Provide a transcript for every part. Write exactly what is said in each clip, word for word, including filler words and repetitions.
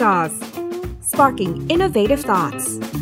Jaws Sparking Innovative Thoughts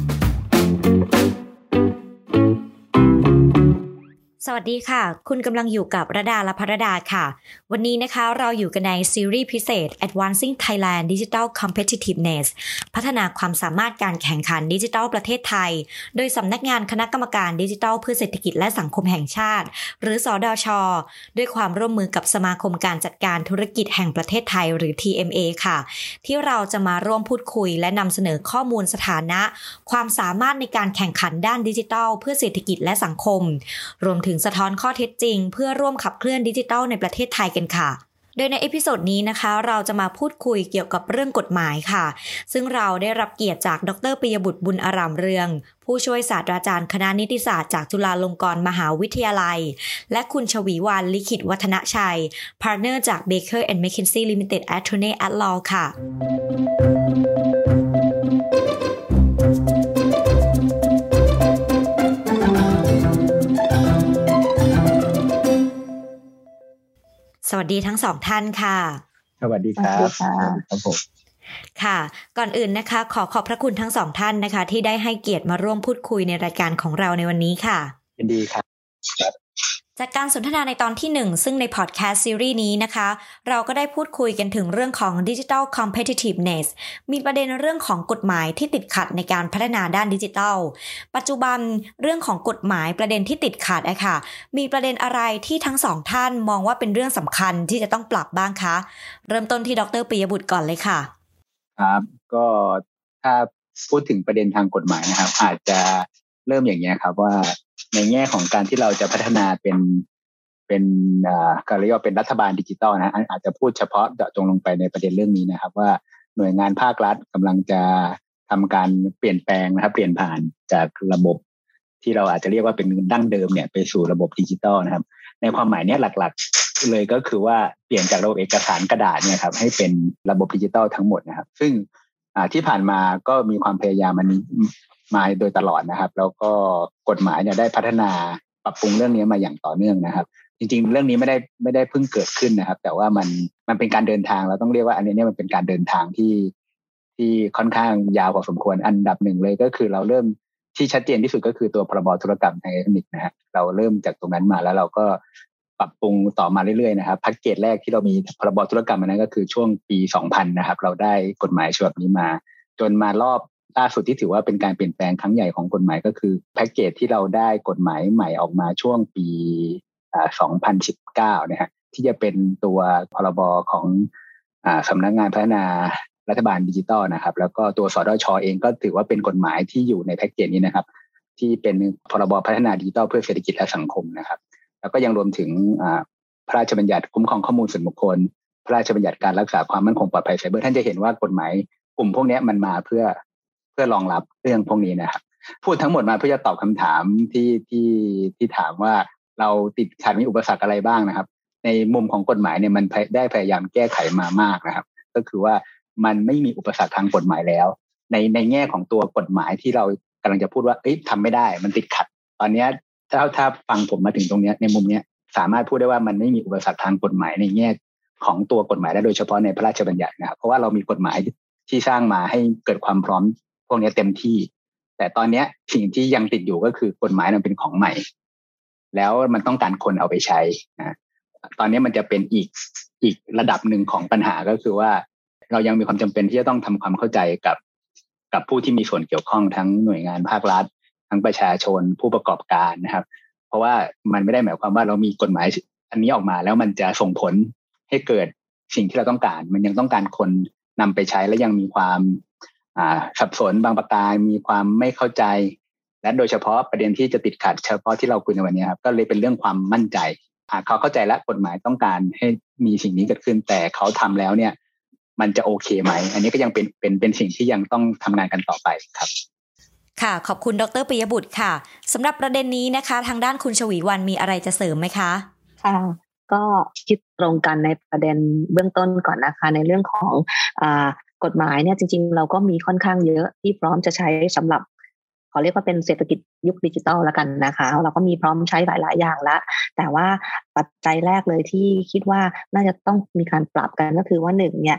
สวัสดีค่ะคุณกำลังอยู่กับระดาและภรดาค่ะวันนี้นะคะเราอยู่กันในซีรีส์พิเศษ Advancing Thailand Digital Competitiveness พัฒนาความสามารถการแข่งขันดิจิทัลประเทศไทยโดยสำนักงานคณะกรรมการดิจิทัลเพื่อเศรษฐกิจและสังคมแห่งชาติหรือสดช.ด้วยความร่วมมือกับสมาคมการจัดการธุรกิจแห่งประเทศไทยหรือ ที เอ็ม เอ ค่ะที่เราจะมาร่วมพูดคุยและนำเสนอข้อมูลสถานะความสามารถในการแข่งขันด้านดิจิทัลเพื่อเศรษฐกิจและสังคมรวมถึงสะท้อนข้อเท็จจริงเพื่อร่วมขับเคลื่อนดิจิทัลในประเทศไทยกันค่ะโดยในเอพิโซดนี้นะคะเราจะมาพูดคุยเกี่ยวกับเรื่องกฎหมายค่ะซึ่งเราได้รับเกียรติจากดร.ปิยบุตรบุญอารามเรืองผู้ช่วยศาสตราจารย์คณะนิติศาสตร์จากจุฬาลงกรณ์มหาวิทยาลัยและคุณชวีวรรณลิขิตวัฒนชัยพาร์ทเนอร์จาก Baker แอนด์ McKinsey Limited Attorney at Law ค่ะสวัสดีทั้งสองท่านค่ะสวัสดีครับครับผมค่ะก่อนอื่นนะคะขอขอบพระคุณทั้งสองท่านนะคะที่ได้ให้เกียรติมาร่วมพูดคุยในรายการของเราในวันนี้ค่ะยินดีครับจากการสนทนาในตอนที่หนึ่งซึ่งในพอดแคสต์ซีรีส์นี้นะคะเราก็ได้พูดคุยกันถึงเรื่องของ Digital Competitiveness มีประเด็นเรื่องของกฎหมายที่ติดขัดในการพัฒนาด้านดิจิทัลปัจจุบันเรื่องของกฎหมายประเด็นที่ติดขัดอะค่ะมีประเด็นอะไรที่ทั้งสองท่านมองว่าเป็นเรื่องสำคัญที่จะต้องปรับบ้างคะเริ่มต้นที่ดร.ปิยบุตรก่อนเลยค่ะครับก็ถ้าพูดถึงประเด็นทางกฎหมายนะครับอาจจะเริ่มอย่างนี้ครับว่าในแง่ของการที่เราจะพัฒนาเป็นเป็นอ่าการเรียกว่าเป็นรัฐบาลดิจิทัลนะอาจจะพูดเฉพาะเจาะจงลงไปในประเด็นเรื่องนี้นะครับว่าหน่วยงานภาครัฐกำลังจะทำการเปลี่ยนแปลงนะครับเปลี่ยนผ่านจากระบบที่เราอาจจะเรียกว่าเป็นดั้งเดิมเนี่ยไปสู่ระบบดิจิทัลนะครับในความหมายเนี้ยหลักๆเลยก็คือว่าเปลี่ยนจากระบบเอกสารกระดาษเนี่ยครับให้เป็นระบบดิจิทัลทั้งหมดนะครับซึ่งอ่าที่ผ่านมาก็มีความพยายามมันมาโดยตลอดนะครับแล้วก็กฎหมายเนี่ยได้พัฒนาปรับปรุงเรื่องนี้มาอย่างต่อเนื่องนะครับจริงๆเรื่องนี้ไม่ได้ไม่ได้เพิ่งเกิดขึ้นนะครับแต่ว่ามันมันเป็นการเดินทางเราต้องเรียกว่าอันนี้เนี่ยมันเป็นการเดินทางที่ที่ค่อนข้างยาวพอสมควรอันดับหนึ่งเลยก็คือเราเริ่มที่ชัดเจนที่สุดก็คือตัวพรบธุรกรรมทางอิเล็กทรอนิกส์นะฮะเราเริ่มจากตรงนั้นมาแล้วเราก็ปรับปรุงต่อมาเรื่อยๆนะครับแพ็กเกจแรกที่เรามีพรบธุรกรรมนั้นก็คือช่วงปีสองพันนะครับเราได้กฎหมายฉบับนี้มาจนมารอบล่าสุดที่ถือว่าเป็นการเปลี่ยนแปลงครั้งใหญ่ของกฎหมายก็คือแพ็กเกจที่เราได้กฎหมายใหม่ออกมาช่วงปีอ่าสองพันสิบเก้านะฮะที่จะเป็นตัวพรบของอ่าสำนักงานพัฒนารัฐบาลดิจิทัลนะครับแล้วก็ตัวสดช.เองก็ถือว่าเป็นกฎหมายที่อยู่ในแพ็กเกจนี้นะครับที่เป็นพรบพัฒนาดิจิทัลเพื่อเศรษฐกิจและสังคมนะครับแล้วก็ยังรวมถึงอ่าพระราชบัญญัติคุ้มครองข้อมูลส่วนบุคคลพระราชบัญญัติการรักษาความมั่นคงปลอดภัยไซเบอร์ท่านจะเห็นว่ากฎหมายกลุ่มพวกนี้มันมาเพื่อเพื่อรองรับเรื่องพวกนี้นะครับพูดทั้งหมดมาเพื่อจะตอบคำถามที่ที่ที่ถามว่าเราติดขัดมีอุปสรรคอะไรบ้างนะครับในมุมของกฎหมายเนี่ยมันได้พยายามแก้ไขมามากนะครับก็คือว่ามันไม่มีอุปสรรคทางกฎหมายแล้วในในแง่ของตัวกฎหมายที่เรากำลังจะพูดว่าเอ้ยทำไม่ได้มันติดขัดตอนนี้ถ้าถ้าฟังผมมาถึงตรงนี้ในมุมนี้สามารถพูดได้ว่ามันไม่มีอุปสรรคทางกฎหมายในแง่ของตัวกฎหมายและโดยเฉพาะในพระราชบัญญัตินะครับเพราะว่าเรามีกฎหมายที่สร้างมาให้เกิดความพร้อมพวกนี้เต็มที่แต่ตอนนี้สิ่งที่ยังติดอยู่ก็คือกฎหมายมันเป็นของใหม่แล้วมันต้องการคนเอาไปใช้นะตอนนี้มันจะเป็นอีกอีกระดับหนึ่งของปัญหาก็คือว่าเรายังมีความจำเป็นที่จะต้องทำความเข้าใจกับกับผู้ที่มีส่วนเกี่ยวข้องทั้งหน่วยงานภาครัฐทั้งประชาชนผู้ประกอบการนะครับเพราะว่ามันไม่ได้หมายความว่าเรามีกฎหมายอันนี้ออกมาแล้วมันจะส่งผลให้เกิดสิ่งที่เราต้องการมันยังต้องการคนนำไปใช้และยังมีความอ่าสับสนบางประการมีความไม่เข้าใจและโดยเฉพาะประเด็นที่จะติดขัดเฉพาะที่เราคุยในวันนี้ครับก็เลยเป็นเรื่องความมั่นใจหากเขาเข้าใจและกฎหมายต้องการให้มีสิ่งนี้เกิดขึ้นแต่เขาทำแล้วเนี่ยมันจะโอเคไหมอันนี้ก็ยังเป็นเป็นเป็นสิ่งที่ยังต้องทำงานกันต่อไปครับค่ะขอบคุณดร.ปิยบุตรค่ะสำหรับประเด็นนี้นะคะทางด้านคุณชวีวรรณมีอะไรจะเสริมไหมคะค่ะก็คิดตรงกันในประเด็นเบื้องต้นก่อนนะคะในเรื่องของอ่ากฎหมายเนี่ยจริงๆเราก็มีค่อนข้างเยอะที่พร้อมจะใช้สำหรับขอเรียกว่าเป็นเศรษฐกิจยุคดิจิทัลแล้วกันนะคะเราก็มีพร้อมใช้หลายๆอย่างแล้วแต่ว่าปัจจัยแรกเลยที่คิดว่าน่าจะต้องมีการปรับกันก็คือว่าหนึ่งเนี่ย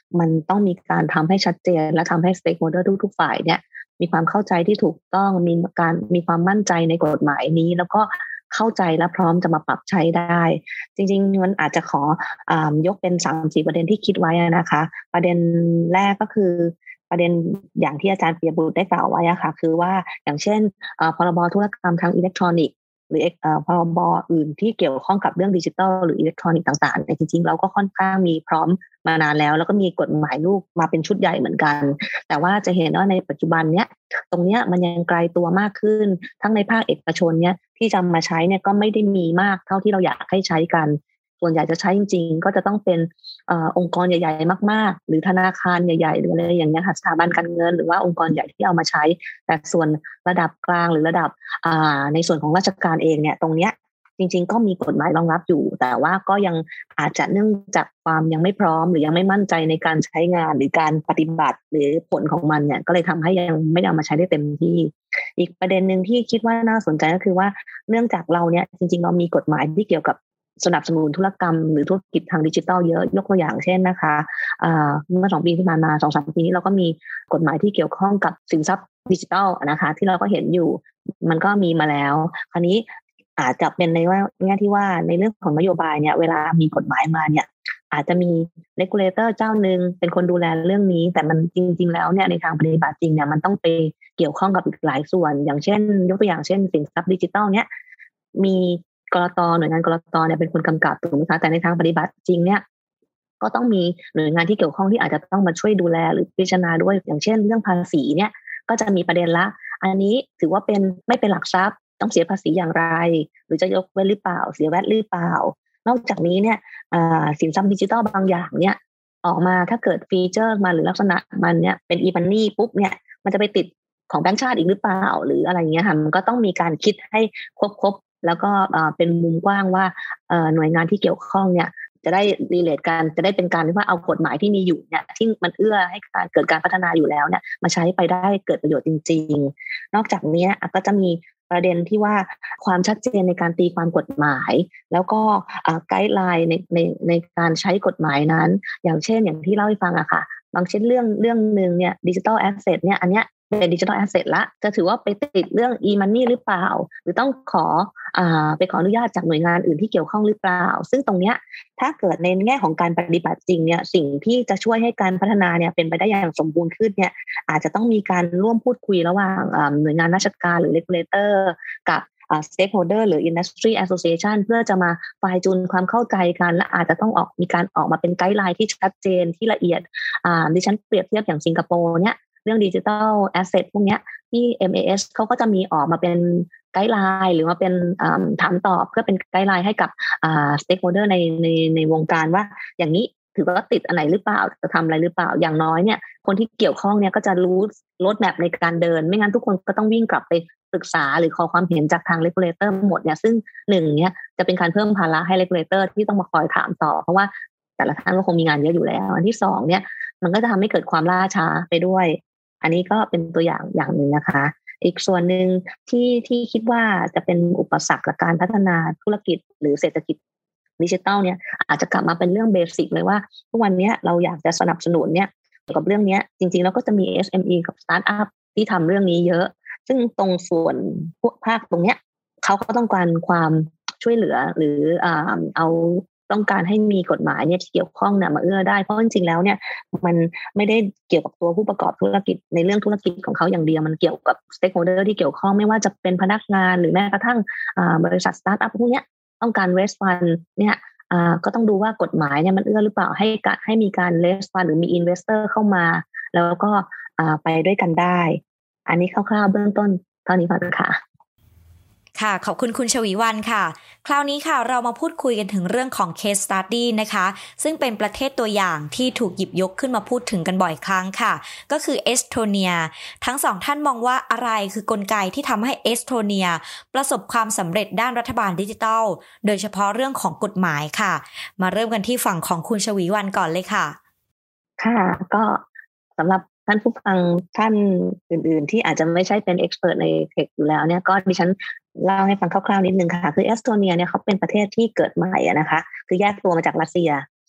มันต้องมีการทำให้ชัดเจนและทำให้ stakeholder ทุกๆฝ่ายเนี่ยมีความเข้าใจที่ถูกต้องมีการมีความมั่นใจในกฎหมายนี้แล้วก็เข้าใจและพร้อมจะมาปรับใช้ได้จริงๆมันอาจจะขออ่ายกเป็น สามถึงสี่ ประเด็นที่คิดไว้นะคะประเด็นแรกก็คือประเด็นอย่างที่อาจารย์ปิยบุตรได้กล่าวไว้อะค่ะคือว่าอย่างเช่นพรบธุรกรรมทางอิเล็กทรอนิกส์หรือพรบอื่นที่เกี่ยวข้องกับเรื่องดิจิทัลหรืออิเล็กทรอนิกส์ต่างๆแต่จริงๆเราก็ค่อนข้างมีพร้อมมานานแล้วแล้วก็มีกฎหมายลูกมาเป็นชุดใหญ่เหมือนกันแต่ว่าจะเห็นว่าในปัจจุบันเนี้ยตรงเนี้ยมันยังไกลตัวมากขึ้นทั้งในภาคเอกชนเนี้ยที่จะมาใช้เนี่ยก็ไม่ได้มีมากเท่าที่เราอยากให้ใช้กันส่วนใหญ่จะใช้จริงๆก็จะต้องเป็นเอ่อองค์กรใหญ่ๆมากๆหรือธนาคารใหญ่ๆหรืออะไรอย่างเงี้ยค่ะสถาบันการเงินหรือว่าองค์กรใหญ่ที่เอามาใช้แต่ส่วนระดับกลางหรือระดับอ่าในส่วนของราชการเองเนี่ยตรงเนี้ยจริงๆก็มีกฎหมายรองรับอยู่แต่ว่าก็ยังอาจจะเนื่องจากความยังไม่พร้อมหรือยังไม่มั่นใจในการใช้งานหรือการปฏิบัติหรือผลของมันเนี่ยก็เลยทำให้ยังไม่ได้เอามาใช้ได้เต็มที่อีกประเด็นหนึ่งที่คิดว่าน่าสนใจก็คือว่าเนื่องจากเราเนี่ยจริงๆเรามีกฎหมายที่เกี่ยวกับสนับสนุนธุรกรรมหรือธุรกิจทางดิจิทัลเยอะยกตัวอย่างเช่นนะคะเมื่อสองปีที่ผ่านมาสองสามปีนี้เราก็มีกฎหมายที่เกี่ยวข้องกับสินทรัพย์ดิจิทัลนะคะที่เราก็เห็นอยู่มันก็มีมาแล้วคราวนี้อาจจะเป็นในว่าแง่ที่ว่าในเรื่องของนโยบายเนี่ยเวลามีกฎหมายมาเนี่ยอาจจะมี regulator เจ้านึงเป็นคนดูแลเรื่องนี้แต่มันจริงๆแล้วเนี่ยในทางปฏิบัติจริงเนี่ยมันต้องไปเกี่ยวข้องกับอีกหลายส่วนอย่างเช่นยกตัวอย่างเช่นสินทรัพย์ดิจิทัลเนี่ยมีกลต.หน่วยงานกลต.เนี่ยเป็นคนกำกับถูกไหมคะแต่ในทางปฏิบัติจริงเนี่ยก็ต้องมีหน่วยงานที่เกี่ยวข้องที่อาจจะต้องมาช่วยดูแลหรือพิจารณาด้วยอย่างเช่นเรื่องภาษีเนี่ยก็จะมีประเด็นละอันนี้ถือว่าเป็นไม่เป็นหลักทรัพย์ต้องเสียภาษีอย่างไรหรือจะยกเว้นหรือเปล่าเสียแวตหรือเปล่านอกจากนี้เนี่ยสินทรัพย์ดิจิทัลบางอย่างเนี่ยออกมาถ้าเกิดฟีเจอร์มาหรือลักษณะมันเนี่ยเป็น e-money ปุ๊บเนี่ยมันจะไปติดของแบงก์ชาติอีกหรือเปล่าหรืออะไรเงี้ยค่ะมันก็ต้องมีการคิดให้ครบๆแล้วก็เป็นมุมกว้างว่าหน่วยงานที่เกี่ยวข้องเนี่ยจะได้รีเลทกันจะได้เป็นการที่ว่าเอากฎหมายที่มีอยู่เนี่ยที่มันเอื้อให้การเกิดการพัฒนาอยู่แล้วเนี่ยมาใช้ไปได้เกิดประโยชน์จริงๆนอกจากนี้ก็จะมีประเด็นที่ว่าความชัดเจนในการตีความกฎหมายแล้วก็ไกด์ไลน์ในในในการใช้กฎหมายนั้นอย่างเช่นอย่างที่เล่าให้ฟังอะค่ะบางเช่นเรื่องเรื่องนึงเนี่ยดิจิทัลแอสเซทเนี่ยอันเนี้ยเป็นดิจิทัลแอสเซทละจะถือว่าไปติดเรื่อง e-money หรือเปล่าหรือต้องขออ่าไปขออนุญาตจากหน่วยงานอื่นที่เกี่ยวข้องหรือเปล่าซึ่งตรงเนี้ยถ้าเกิดในแง่ของการปฏิบัติจริงเนี่ยสิ่งที่จะช่วยให้การพัฒนาเนี่ยเป็นไปได้อย่างสมบูรณ์ขึ้นเนี่ยอาจจะต้องมีการร่วมพูดคุยระหว่างหน่วยงานราชการหรือ regulator กับstakeholder หรือ industry association เพื่อจะมาไฟล์จูนความเข้าใจกันและอาจจะต้องออกมีการออกมาเป็นไกด์ไลน์ที่ชัดเจนที่ละเอียดอ่าดิฉันเปรียบเทียบอย่างสิงคโปร์เนี่ยเรื่องดิจิทัลแอสเซทพวกนี้ที่ เอ็ม เอ เอส เขาก็จะมีออกมาเป็นไกด์ไลน์หรือว่าเป็นถามตอบเพื่อเป็นไกด์ไลน์ให้กับสเต็กโฮลเดอร์ในในในวงการว่าอย่างนี้ถือว่าติดอันไหนหรือเปล่าจะทำอะไรหรือเปล่าอย่างน้อยเนี่ยคนที่เกี่ยวข้องเนี่ยก็จะรู้โรดแมพในการเดินไม่งั้นทุกคนก็ต้องวิ่งกลับไปปรึกษาหรือขอความเห็นจากทาง regulator หมดเนี่ยซึ่งหนึ่งเนี่ยจะเป็นการเพิ่มภาระให้ regulator ที่ต้องมาคอยถามต่อเพราะว่าแต่ละท่านก็คงมีงานเยอะอยู่แล้วอันที่สองเนี่ยมันก็จะทำให้เกิดความล่าช้าไปด้วยอันนี้ก็เป็นตัวอย่างอย่างหนึ่งนะคะอีกส่วนหนึ่งที่ที่คิดว่าจะเป็นอุปสรรคกับการพัฒนาธุรกิจหรือเศรษฐกิจดิจิทัลเนี่ยอาจจะกลับมาเป็นเรื่องเบสิกเลยว่าทุกวันนี้เราอยากจะสนับสนุนเนี่ยเกี่ยวกับเรื่องนี้จริงๆแล้วก็จะมี เอส เอ็ม อี กับสตาร์ทอัพที่ทำเรื่องนี้เยอะซึ่งตรงส่วนพวกภาคตรงเนี้ยเขาก็ต้องการความช่วยเหลือหรืออ่าเอาต้องการให้มีกฎหมายเนี่ยที่เกี่ยวข้องเนี่ยมาเอื้อได้เพราะจริงๆแล้วเนี่ยมันไม่ได้เกี่ยวกับตัวผู้ประกอบธุรกิจในเรื่องธุรกิจของเขาอย่างเดียวมันเกี่ยวกับสเต็กโฮลเดอร์ที่เกี่ยวข้องไม่ว่าจะเป็นพนักงานหรือแม้กระทั่งบริษัทสตาร์ทอัพพวกเนี้ยต้องการ raise fund เนี่ยก็ต้องดูว่ากฎหมายเนี่ยมันเอื้อหรือเปล่าให้ให้มีการ raise fund หรือมี investor เข้ามาแล้วก็ไปด้วยกันได้อันนี้คร่าวๆเบื้องต้นเท่านี้ก่อนค่ะค่ะขอบคุณคุณชวีวรรณค่ะคราวนี้ค่ะเรามาพูดคุยกันถึงเรื่องของ case study นะคะซึ่งเป็นประเทศตัวอย่างที่ถูกหยิบยกขึ้นมาพูดถึงกันบ่อยครั้งค่ะก็คือเอสโตเนียทั้งสองท่านมองว่าอะไรคือกลไกที่ทำให้เอสโตเนียประสบความสำเร็จด้านรัฐบาลดิจิทัลโดยเฉพาะเรื่องของกฎหมายค่ะมาเริ่มกันที่ฝั่งของคุณชวีวรรณก่อนเลยค่ะค่ะก็สำหรับท่านผู้ฟังท่านอื่นๆที่อาจจะไม่ใช่เป็นเอ็กซ์เพิร์ทในเทคอยู่แล้วเนี่ยก็ดิฉันเล่าให้ฟังคร่าวๆนิดนึงค่ะคือเอสโตเนียเนี่ยเขาเป็นประเทศที่เกิดใหม่นะคะคือแยกตัวมาจากรัสเซีย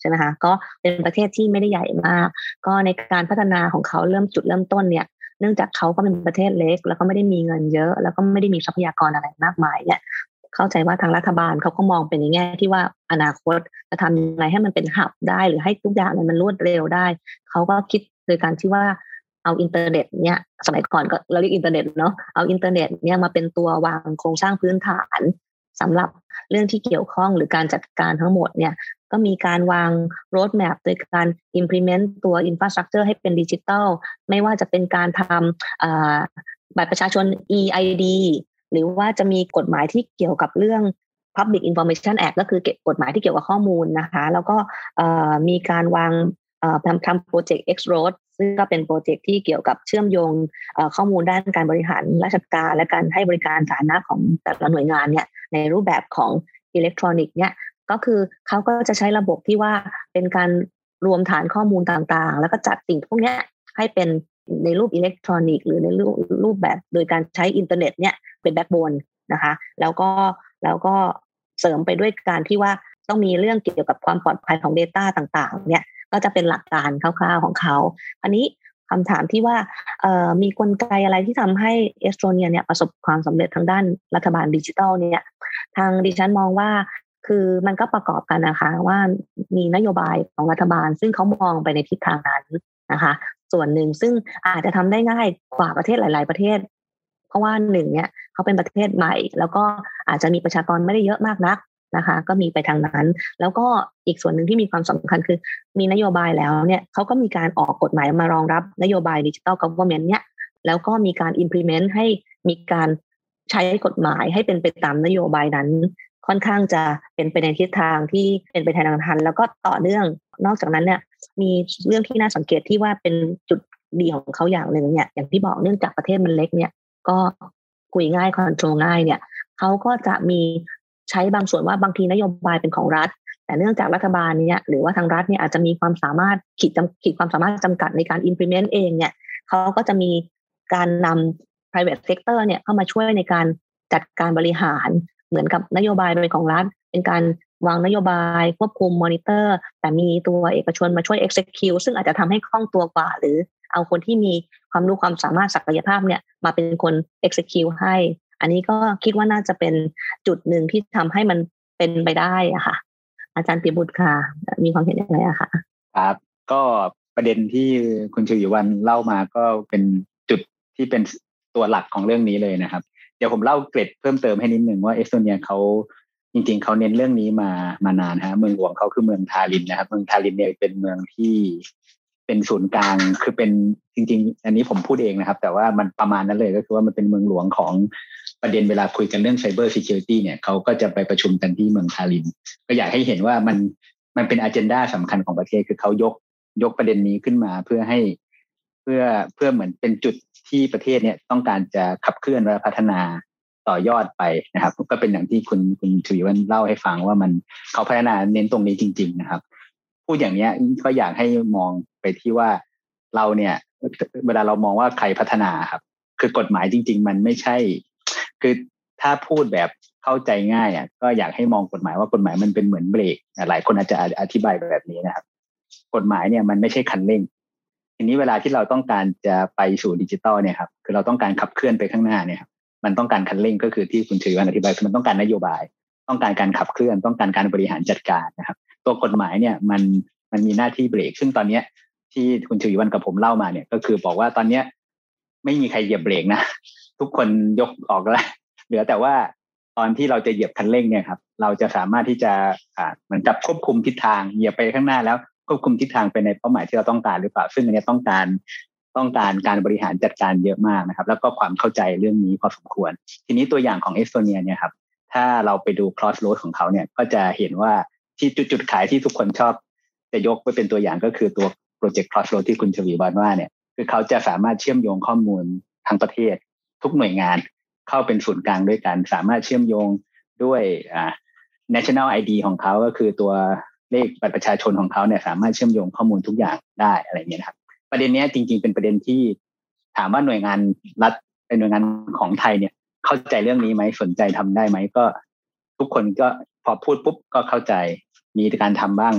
ใช่ไหมคะก็เป็นประเทศที่ไม่ได้ใหญ่มากก็ในการพัฒนาของเขาเริ่มจุดเริ่มต้นเนี่ยเนื่องจากเขาก็เป็นประเทศเล็กแล้วก็ไม่ได้มีเงินเยอะแล้วก็ไม่ได้มีทรัพยากรอะไรมากมายเนี่ยเข้าใจว่าทางรัฐบาลเขาก็มองเป็นในแง่ที่ว่าอนาคตจะทำยังไงให้มันเป็นหับได้หรือให้ทุกอย่างมันรวดเร็วได้เขาก็คิดโดยการที่ว่าเอาอินเทอร์เน็ตเนี่ยสมัยก่อนก็เราเรียกอินเทอร์เน็ตเนาะเอาอินเทอร์เน็ตเนี่ยมาเป็นตัววางโครงสร้างพื้นฐานสำหรับเรื่องที่เกี่ยวข้องหรือการจัดการทั้งหมดเนี่ยก็มีการวาง road map โดยการ implement ตัว infrastructure ให้เป็นดิจิทัลไม่ว่าจะเป็นการทำบัตรประชาชน อี ไอ ดี หรือว่าจะมีกฎหมายที่เกี่ยวกับเรื่อง Public Information Act ก็คือกฎหมายที่เกี่ยวกับข้อมูลนะคะแล้วก็มีการวางทำทำโปรเจกต์ X-Road ซึ่งก็เป็นโปรเจกต์ที่เกี่ยวกับเชื่อมโยงข้อมูลด้านการบริหารราชการและการให้บริการสาธารณะของแต่ละหน่วยงานเนี่ยในรูปแบบของอิเล็กทรอนิกส์เนี่ยก็คือเขาก็จะใช้ระบบที่ว่าเป็นการรวมฐานข้อมูลต่างๆแล้วก็จัดสิ่งพวกนี้ให้เป็นในรูปอิเล็กทรอนิกส์หรือในรูปรูปแบบโดยการใช้อินเทอร์เน็ตเนี่ยเป็นแบ็คโบนนะคะแล้วก็แล้วก็เสริมไปด้วยการที่ว่าต้องมีเรื่องเกี่ยวกับความปลอดภัยของ data ต่างๆเนี่ยก็จะเป็นหลักการคร่าวๆของเขาอันนี้คำถามที่ว่ามีกลไกอะไรที่ทำให้เอสโตเนียเนี่ยประสบความสำเร็จทางด้านรัฐบาลดิจิทัลเนี่ยทางดิฉันมองว่าคือมันก็ประกอบกันนะคะว่ามีนโยบายของรัฐบาลซึ่งเขามองไปในทิศทางนั้นนะคะส่วนหนึ่งซึ่งอาจจะทำได้ง่ายกว่าประเทศหลายๆประเทศเพราะว่าหนึ่งเนี่ยเขาเป็นประเทศใหม่แล้วก็อาจจะมีประชากรไม่ได้เยอะมากนักนะคะก็มีไปทางนั้นแล้วก็อีกส่วนหนึ่งที่มีความสำคัญคือมีนโยบายแล้วเนี่ยเขาก็มีการออกกฎหมายมารองรับนโยบาย Digital Government เนี่ยแล้วก็มีการ implement ให้มีการใช้กฎหมายให้เป็นไปตามนโยบายนั้นค่อนข้างจะเป็นไปในทิศทางที่เป็นไปทางทันแล้วก็ต่อเนื่องนอกจากนั้นเนี่ยมีเรื่องที่น่าสังเกตที่ว่าเป็นจุดดีของเขาอย่างหนึ่งเนี่ยอย่างที่บอกเนื่องจากประเทศมันเล็กเนี่ยก็คุยง่ายคอนโทรลง่ายเนี่ยเขาก็จะมีใช้บางส่วนว่าบางทีนโยบายเป็นของรัฐแต่เนื่องจากรัฐบาลเนี่ยหรือว่าทางรัฐเนี่ยอาจจะมีความสามารถขีดจำขีดความสามารถจำกัดในการ implement เองเนี่ยเขาก็จะมีการนำ private sector เนี่ยเข้ามาช่วยในการจัดการบริหารเหมือนกับนโยบายเป็นของรัฐเป็นการวางนโยบายควบคุม monitor แต่มีตัวเอกชนมาช่วย execute ซึ่งอาจจะทำให้คล่องตัวกว่าหรือเอาคนที่มีความรู้ความสามารถศักยภาพเนี่ยมาเป็นคน execute ให้อันนี้ก็คิดว่าน่าจะเป็นจุดหนึ่งที่ทำให้มันเป็นไปได้อะค่ะอาจารย์ปิยบุตรค่ะมีความเห็นยังไงอะคะครับก็ประเด็นที่คุณชวีวรรณเล่ามาก็เป็นจุดที่เป็นตัวหลักของเรื่องนี้เลยนะครับเดี๋ยวผมเล่าเกร็ดเพิ่มเติมให้นิดนึงว่าเอสโตเนียเขาจริงๆเขาเน้นเรื่องนี้มามานานฮะเมืองหลวงเขาคือเมืองทาลินนะครับเมืองทาลินเนี่ยเป็นเมืองที่เป็นศูนย์กลางคือเป็นจริงๆอันนี้ผมพูดเองนะครับแต่ว่ามันประมาณนั้นเลยก็คือว่ามันเป็นเมืองหลวงของประเด็นเวลาคุยกันเรื่อง Cyber Security เนี่ยเขาก็จะไปประชุมกันที่เมืองทาลินก็อยากให้เห็นว่ามันมันเป็นอเจนดาสำคัญของประเทศคือเขายกยกประเด็นนี้ขึ้นมาเพื่อให้เพื่อเพื่อเหมือนเป็นจุดที่ประเทศเนี่ยต้องการจะขับเคลื่อนและพัฒนาต่อยอดไปนะครับก็เป็นอย่างที่คุณคุณชวีวรรณเล่าให้ฟังว่ามันเขาพัฒนาเน้นตรงนี้จริงๆนะครับพูดอย่างนี้ก็อยากให้มองไปที่ว่าเราเนี่ยเวลาเรามองว่าใครพัฒนาครับคือกฎหมายจริงๆมันไม่ใช่คือถ้าพูดแบบเข้าใจง่ายอ่ะก็อยากให้มองกฎหมายว่ากฎหมายมันเป็นเหมือนเบรกหลายคนอาจจะอธิบายแบบนี้นะครับกฎหมายเนี่ยมันไม่ใช่คันเร่งทีนี้เวลาที่เราต้องการจะไปสู่ดิจิตอลเนี่ยครับคือเราต้องการขับเคลื่อนไปข้างหน้าเนี่ยครับมันต้องการคันเร่งก็คือที่คุณชวีวรรณอธิบายคือมันต้องการนโยบายต้องการการขับเคลื่อนต้องการการบริหารจัดการนะครับตัวกฎหมายเนี่ยมันมันมีหน้าที่เบรกซึ่งตอนนี้ที่คุณชวีวรรณกับผมเล่ามาเนี่ยก็คือบอกว่าตอนนี้ไม่มีใครเหยียบเบรกนะทุกคนยกออกแล้วเหลือแต่ว่าตอนที่เราจะเหยียบคันเร่งเนี่ยครับเราจะสามารถที่จะอ่าเหมือนกับควบคุมทิศทางเหยียบไปข้างหน้าแล้วควบคุมทิศทางไปในเป้าหมายที่เราต้องการหรือเปล่าซึ่งอันนี้ต้องการต้องการการบริหารจัดการเยอะมากนะครับแล้วก็ความเข้าใจเรื่องนี้พอสมควรทีนี้ตัวอย่างของเอสโตเนียเนี่ยครับถ้าเราไปดู crossroad ของเขาเนี่ยก็จะเห็นว่าที่จุดจุดขายที่ทุกคนชอบจะยกไว้เป็นตัวอย่างก็คือตัวโปรเจกต์ crossroad ที่คุณชวีวรรณว่าเนี่ยคือเขาจะสามารถเชื่อมโยงข้อมูลทั้งประเทศทุกหน่วยงานเข้าเป็นศูนย์กลางด้วยกันสามารถเชื่อมโยงด้วยอ่า national ไอ ดี ของเขาก็คือตัวเลขบัตรประชาชนของเขาเนี่ยสามารถเชื่อมโยงข้อมูลทุกอย่างได้อะไรเงี้ยครับประเด็นนี้จริงๆเป็นประเด็นที่ถามว่าหน่วยงานรัฐเป็นหน่วยงานของไทยเนี่ยเข้าใจเรื่องนี้ไหมสนใจทำได้ไหมก็ทุกคนก็พอพูดปุ๊บก็เข้าใจมีการทำบ้าง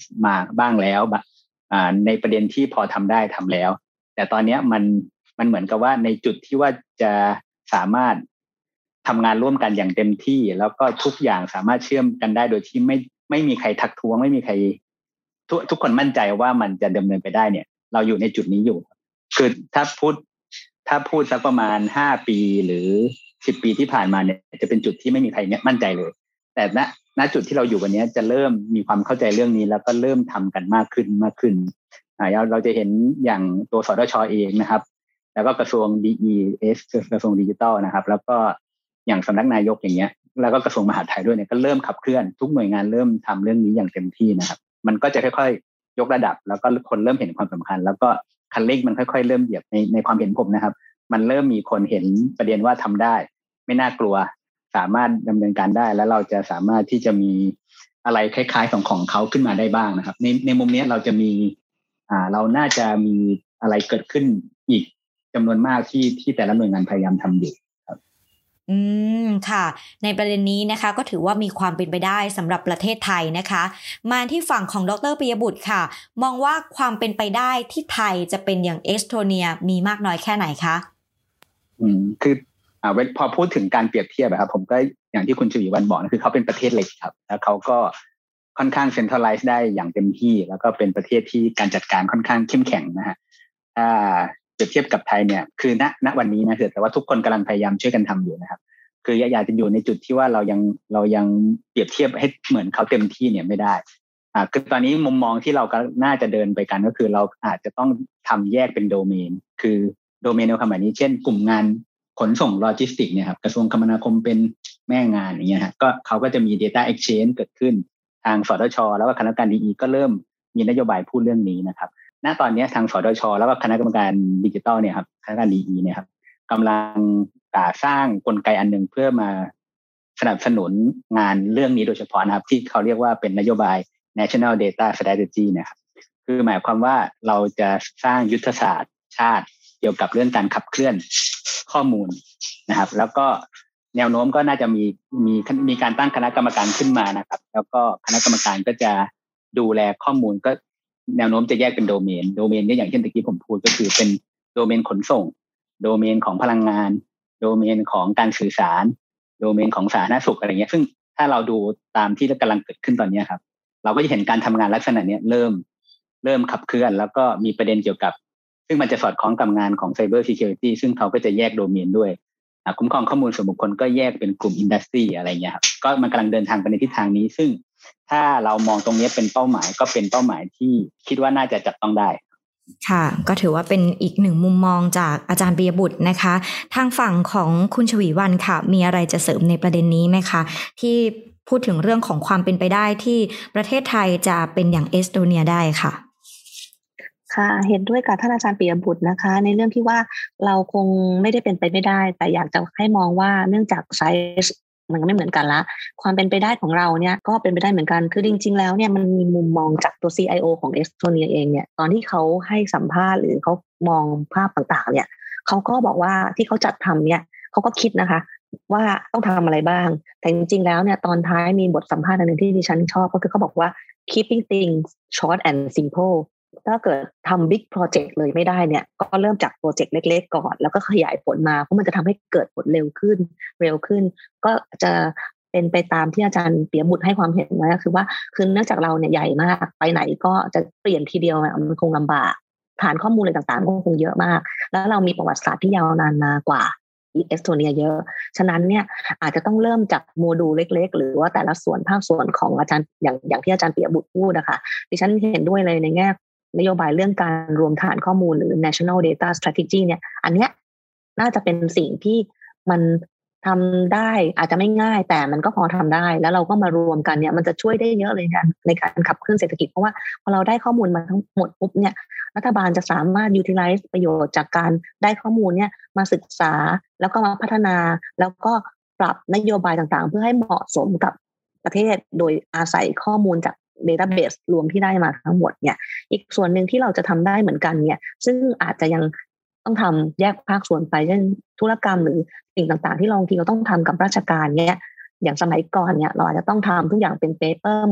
มาบ้างแล้วอ่าในประเด็นที่พอทำได้ทำแล้วแต่ตอนนี้มันมันเหมือนกับว่าในจุดที่ว่าจะสามารถทำงานร่วมกันอย่างเต็มที่แล้วก็ทุกอย่างสามารถเชื่อมกันได้โดยที่ไม่ไม่มีใครทักท้วงไม่มีใครทุกทุกคนมั่นใจว่ามันจะดำเนินไปได้เนี่ยเราอยู่ในจุดนี้อยู่คือถ้าพูดถ้าพูดสักประมาณห้าปีหรือสิบปีที่ผ่านมาเนี่ยจะเป็นจุดที่ไม่มีใครเนี่ยมั่นใจเลยแต่ณณจุดที่เราอยู่วันนี้จะเริ่มมีความเข้าใจเรื่องนี้แล้วก็เริ่มทำกันมากขึ้นมากขึ้นอ่าเราจะเห็นอย่างตัวสทช.เองนะครับแล้วก็กระทรวง ดี อี เอส กระทรวงดิจิทัลนะครับแล้วก็อย่างสำนักนายกอย่างเงี้ยแล้วก็กระทรวงมหาดไทยด้วยเนี่ยก็เริ่มขับเคลื่อนทุกหน่วยงานเริ่มทำเรื่องนี้อย่างเต็มที่นะครับมันก็จะค่อยๆยกระดับแล้วก็คนเริ่มเห็นความสำคัญแล้วก็คันเร่งมันค่อยๆเริ่มเหยียบในในความเห็นผมนะครับมันเริ่มมีคนเห็นประเด็นว่าทำได้ไม่น่ากลัวสามารถดำเนินการได้แล้วเราจะสามารถที่จะมีอะไรคล้ายๆของของเขาขึ้นมาได้บ้างนะครับในในมุมนี้เราจะมีอ่าเราน่าจะมีอะไรเกิดขึ้นอีกจำนวนมากที่ที่แต่ละหน่วยงานพยายามทำอยู่ครับอืมค่ะในประเด็นนี้นะคะก็ถือว่ามีความเป็นไปได้สำหรับประเทศไทยนะคะมาที่ฝั่งของดร.ปิยบุตรค่ะมองว่าความเป็นไปได้ที่ไทยจะเป็นอย่างเอสโตเนียมีมากน้อยแค่ไหนคะอืมคืออ่าพอพูดถึงการเปรียบเทียบครับผมก็อย่างที่คุณชวีวรรณบอกนะคือเขาเป็นประเทศเล็กครับแล้วเขาก็ค่อนข้างเซ็นทรัลไลซ์ได้อย่างเต็มที่แล้วก็เป็นประเทศที่การจัดการค่อนข้างเข้มแข็งนะฮะถ้าเปรียบเทียบกับไทยเนี่ยคือณณวันนี้นะคือแต่ว่าทุกคนกำลังพยายามช่วยกันทำอยู่นะครับคืออยากจะอยู่ในจุดที่ว่าเรายังเรายังเปรียบเทียบให้เหมือนเขาเต็มที่เนี่ยไม่ได้อ่าคือตอนนี้มุมมองที่เราก็น่าจะเดินไปกันก็คือเราอาจจะต้องทำแยกเป็นโดเมนคือโดเมนในความหมายนี้เช่นกลุ่มงานขนส่งโลจิสติกเนี่ยครับกระทรวงคมนาคมเป็นแม่งานอย่างเงี้ยฮะก็เขาก็จะมี data exchange เกิดขึ้นทางสทช.แล้วก็คณะกรรมการ ดี อี ก็เริ่มมีนโยบายพูดเรื่องนี้นะครับณตอนนี้ทางสทช.แล้วก็คณะกรรมการดิจิทัลเนี่ยครับคณะกรรมการ ดี อี เนี่ยครับกำลังสร้างกลไกอันนึงเพื่อมาสนับสนุนงานเรื่องนี้โดยเฉพาะนะครับที่เขาเรียกว่าเป็นนโยบาย National Data Strategy นะครับคือหมายความว่าเราจะสร้างยุทธศาสตร์ชาติเกี่ยวกับเรื่องการขับเคลื่อนข้อมูลนะครับแล้วก็แนวโน้มก็น่าจะมีมีมีการตั้งคณะกรรมการขึ้นมานะครับแล้วก็คณะกรรมการก็จะดูแลข้อมูลก็แนวโน้มจะแยกเป็นโดเมนโดเมนก็อย่างเช่นตะกี้ผมพูดก็คือเป็นโดเมนขนส่งโดเมนของพลังงานโดเมนของการสื่อสารโดเมนของสาธารณสุขอะไรเงี้ยซึ่งถ้าเราดูตามที่กำลังเกิดขึ้นตอนนี้ครับเราก็จะเห็นการทำงานลักษณะนี้เริ่มเริ่มขับเคลื่อนแล้วก็มีประเด็นเกี่ยวกับซึ่งมันจะสอดคล้องกับงานของ Cyber Security ซึ่งเขาก็จะแยกโดเมนด้วยคุ้มครองข้อมูลส่วนบุคคลก็แยกเป็นกลุ่ม Industry อะไรเงี้ยครับก็มันกำลังเดินทางไปในทิศทางนี้ซึ่งถ้าเรามองตรงนี้เป็นเป้าหมายก็เป็นเป้าหมายที่คิดว่าน่าจะจับต้องได้ค่ะก็ถือว่าเป็นอีกหนึ่งมุมมองจากอาจารย์ปิยบุตรนะคะทางฝั่งของคุณชวีวรรณค่ะมีอะไรจะเสริมในประเด็นนี้ไหมคะที่พูดถึงเรื่องของความเป็นไปได้ที่ประเทศไทยจะเป็นอย่างเอสโตเนียได้ค่ะค่ะเห็นด้วยกับท่านอาจารย์ปิยบุตรนะคะในเรื่องที่ว่าเราคงไม่ได้เป็นไปไม่ได้แต่อยากจะให้มองว่าเนื่องจากไซส์มันก็ไม่เหมือนกันละความเป็นไปได้ของเราเนี่ยก็เป็นไปได้เหมือนกันคือจริงๆแล้วเนี่ยมันมีมุมมองจากตัว ซี ไอ โอ ของเอสโตเนียเองเนี่ยตอนที่เขาให้สัมภาษณ์หรือเขามองภาพต่างๆเนี่ยเขาก็บอกว่าที่เขาจัดทำเนี่ยเขาก็คิดนะคะว่าต้องทำอะไรบ้างแต่จริงๆแล้วเนี่ยตอนท้ายมีบทสัมภาษณ์อันนึงที่ดิฉันชอบก็คือเขาบอกว่า keeping things short and simpleถ้าเกิดทำ big project เลยไม่ได้เนี่ยก็เริ่มจากโปรเจกต์เล็กๆก่อนแล้วก็ขยายผลมาเพราะมันจะทำให้เกิดผลเร็วขึ้นเร็วขึ้นก็จะเป็นไปตามที่อาจารย์ปิยบุตรให้ความเห็นไว้ก็คือว่าคือเนื่องจากเราเนี่ยใหญ่มากไปไหนก็จะเปลี่ยนทีเดียวมันคงลำบากฐานข้อมูลอะไรต่างๆก็คงเยอะมากแล้วเรามีประวัติศาสตร์ที่ยาวนานมากว่าเอสโตเนียเยอะฉะนั้นเนี่ยอาจจะต้องเริ่มจากโมดูลเล็กๆหรือว่าแต่ละส่วนภาคส่วนของอาจารย์อย่างอย่างที่อาจารย์ปิยบุตรพูดนะคะดิฉันเห็นด้วยเลยในแง่นโยบายเรื่องการรวมฐานข้อมูลหรือ National Data Strategy เนี่ยอันเนี้ยน่าจะเป็นสิ่งที่มันทำได้อาจจะไม่ง่ายแต่มันก็พอทำได้แล้วเราก็มารวมกันเนี่ยมันจะช่วยได้เยอะเลยนะในการขับเคลื่อนเศรษฐกิจเพราะว่าพอเราได้ข้อมูลมาทั้งหมดปุ๊บเนี่ยรัฐบาลจะสามารถ utilize ประโยชน์จากการได้ข้อมูลเนี่ยมาศึกษาแล้วก็มาพัฒนาแล้วก็ปรับนโยบายต่างๆเพื่อให้เหมาะสมกับประเทศโดยอาศัยข้อมูลจากdatabase รวมที่ได้มาทั้งหมดเนี่ยอีกส่วนหนึ่งที่เราจะทำได้เหมือนกันเนี่ยซึ่งอาจจะยังต้องทำแยกภาคส่วนไปเช่นธุรกรรมหรือสิ่งต่างๆที่เราทีเราต้องทำกับราชการเนี่ยอย่างสมัยก่อนเนี่ยเราอาจจะต้องทำทุกอย่างเป็นเปเปอร์หมด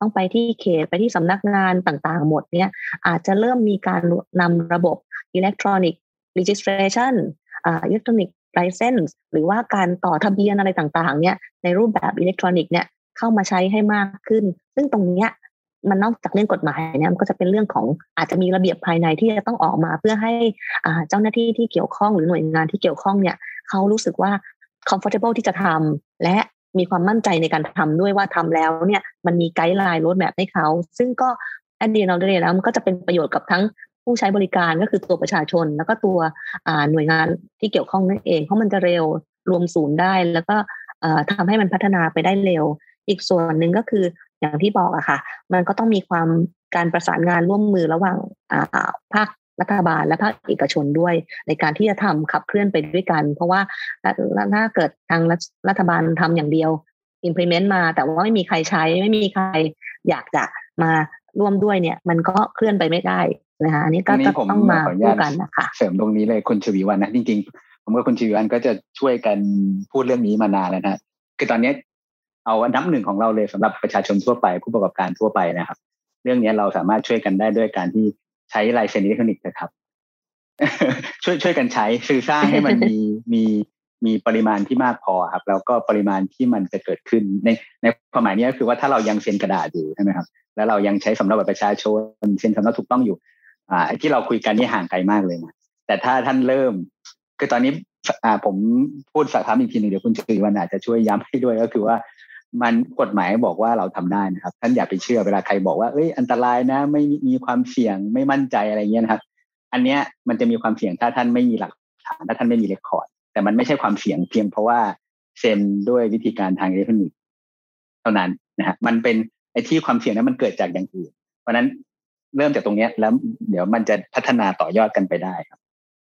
ต้องไปที่เขตไปที่สำนักงานต่างๆหมดเนี่ยอาจจะเริ่มมีการนำระบบ electronic registration อ่า electronic license หรือว่าการต่อทะเบียนอะไรต่างๆเนี่ยในรูปแบบอิเล็กทรอนิกส์เนี่ยเข้ามาใช้ให้มากขึ้นซึ่งตรงเนี้ยมันนอกจากเรื่องกฎหมายเนี่ยมันก็จะเป็นเรื่องของอาจจะมีระเบียบภายในที่จะต้องออกมาเพื่อให้อ่าเจ้าหน้าที่ที่เกี่ยวข้องหรือหน่วยงานที่เกี่ยวข้องเนี่ยเขารู้สึกว่า comfortable ที่จะทำและมีความมั่นใจในการทำด้วยว่าทำแล้วเนี่ยมันมีไกด์ไลน์โรดแมพให้เขาซึ่งก็อันเดียวเราได้แล้วมันก็จะเป็นประโยชน์กับทั้งผู้ใช้บริการก็คือตัวประชาชนแล้วก็ตัวหน่วยงานที่เกี่ยวข้องนั่นเองเพราะมันจะเร็วรวมศูนย์ได้แล้วก็ทำให้มันพัฒนาไปได้เร็วอีกส่วนหนึ่งก็คืออย่างที่บอกอะค่ะมันก็ต้องมีความการประสานงานร่วมมือระหว่างภาครัฐบาลและภาคเอกชนด้วยในการที่จะทำขับเคลื่อนไปด้วยกันเพราะว่าถ้าเกิดทางรัฐบาลทำอย่างเดียว implement มาแต่ว่าไม่มีใครใช้ไม่มีใครอยากจะมาร่วมด้วยเนี่ยมันก็เคลื่อนไปไม่ได้นะคะอันนี้ก็ต้องมาคู่กันนะคะเสริมตรงนี้เลยคุณชวีวรรณนะจริงๆผมกับคุณชวีวรรณก็จะช่วยกันพูดเรื่องนี้มานานแล้วนะคือตอนนี้เอาอันดับหนึ่งของเราเลยสำหรับประชาชนทั่วไปผู้ประกอบการทั่วไปนะครับเรื่องนี้เราสามารถช่วยกันได้ด้วยการที่ใช้ลายเซ็นอิเล็กทรอนิกส์นะครับ ช่วยช่วยกันใช้สื่อสร้างให้มันมีมีมีปริมาณที่มากพอครับแล้วก็ปริมาณที่มันจะเกิดขึ้นในในความหมายนี้ก็คือว่าถ้าเรายังเซ็นกระดาษอยู่ใช่ไหมครับแล้วเรายังใช้สำเนาบัตรประชาชนเซ็นสำเนาถูกต้องอยู่อ่าที่เราคุยกันนี่ห่างไกลมากเลยนะแต่ถ้าท่านเริ่มคือตอนนี้อ่าผมพูดสถานอีกทีนึงเดี๋ยวคุณชวีวรรณอาจจะช่วยย้ำให้ด้วยก็คือว่ามันกฎหมายบอกว่าเราทำได้นะครับท่านอย่าไปเชื่อเวลาใครบอกว่าเอ้ยอันตรายนะไม่มีความเสี่ยงไม่มั่นใจอะไรเงี้ยนะครับอันเนี้ยมันจะมีความเสี่ยงถ้าท่านไม่มีหลักฐานถ้าท่านไม่มีเรคคอร์ดแต่มันไม่ใช่ความเสี่ยงเพียงเพราะว่าเซ็นด้วยวิธีการทางอิเล็กทรอนิกส์เท่านั้นนะฮะมันเป็นไอ้ที่ความเสี่ยงนั้นมันเกิดจากอย่างอื่นเพราะนั้นเริ่มจากตรงนี้แล้วเดี๋ยวมันจะพัฒนาต่อยอดกันไปได้ครับ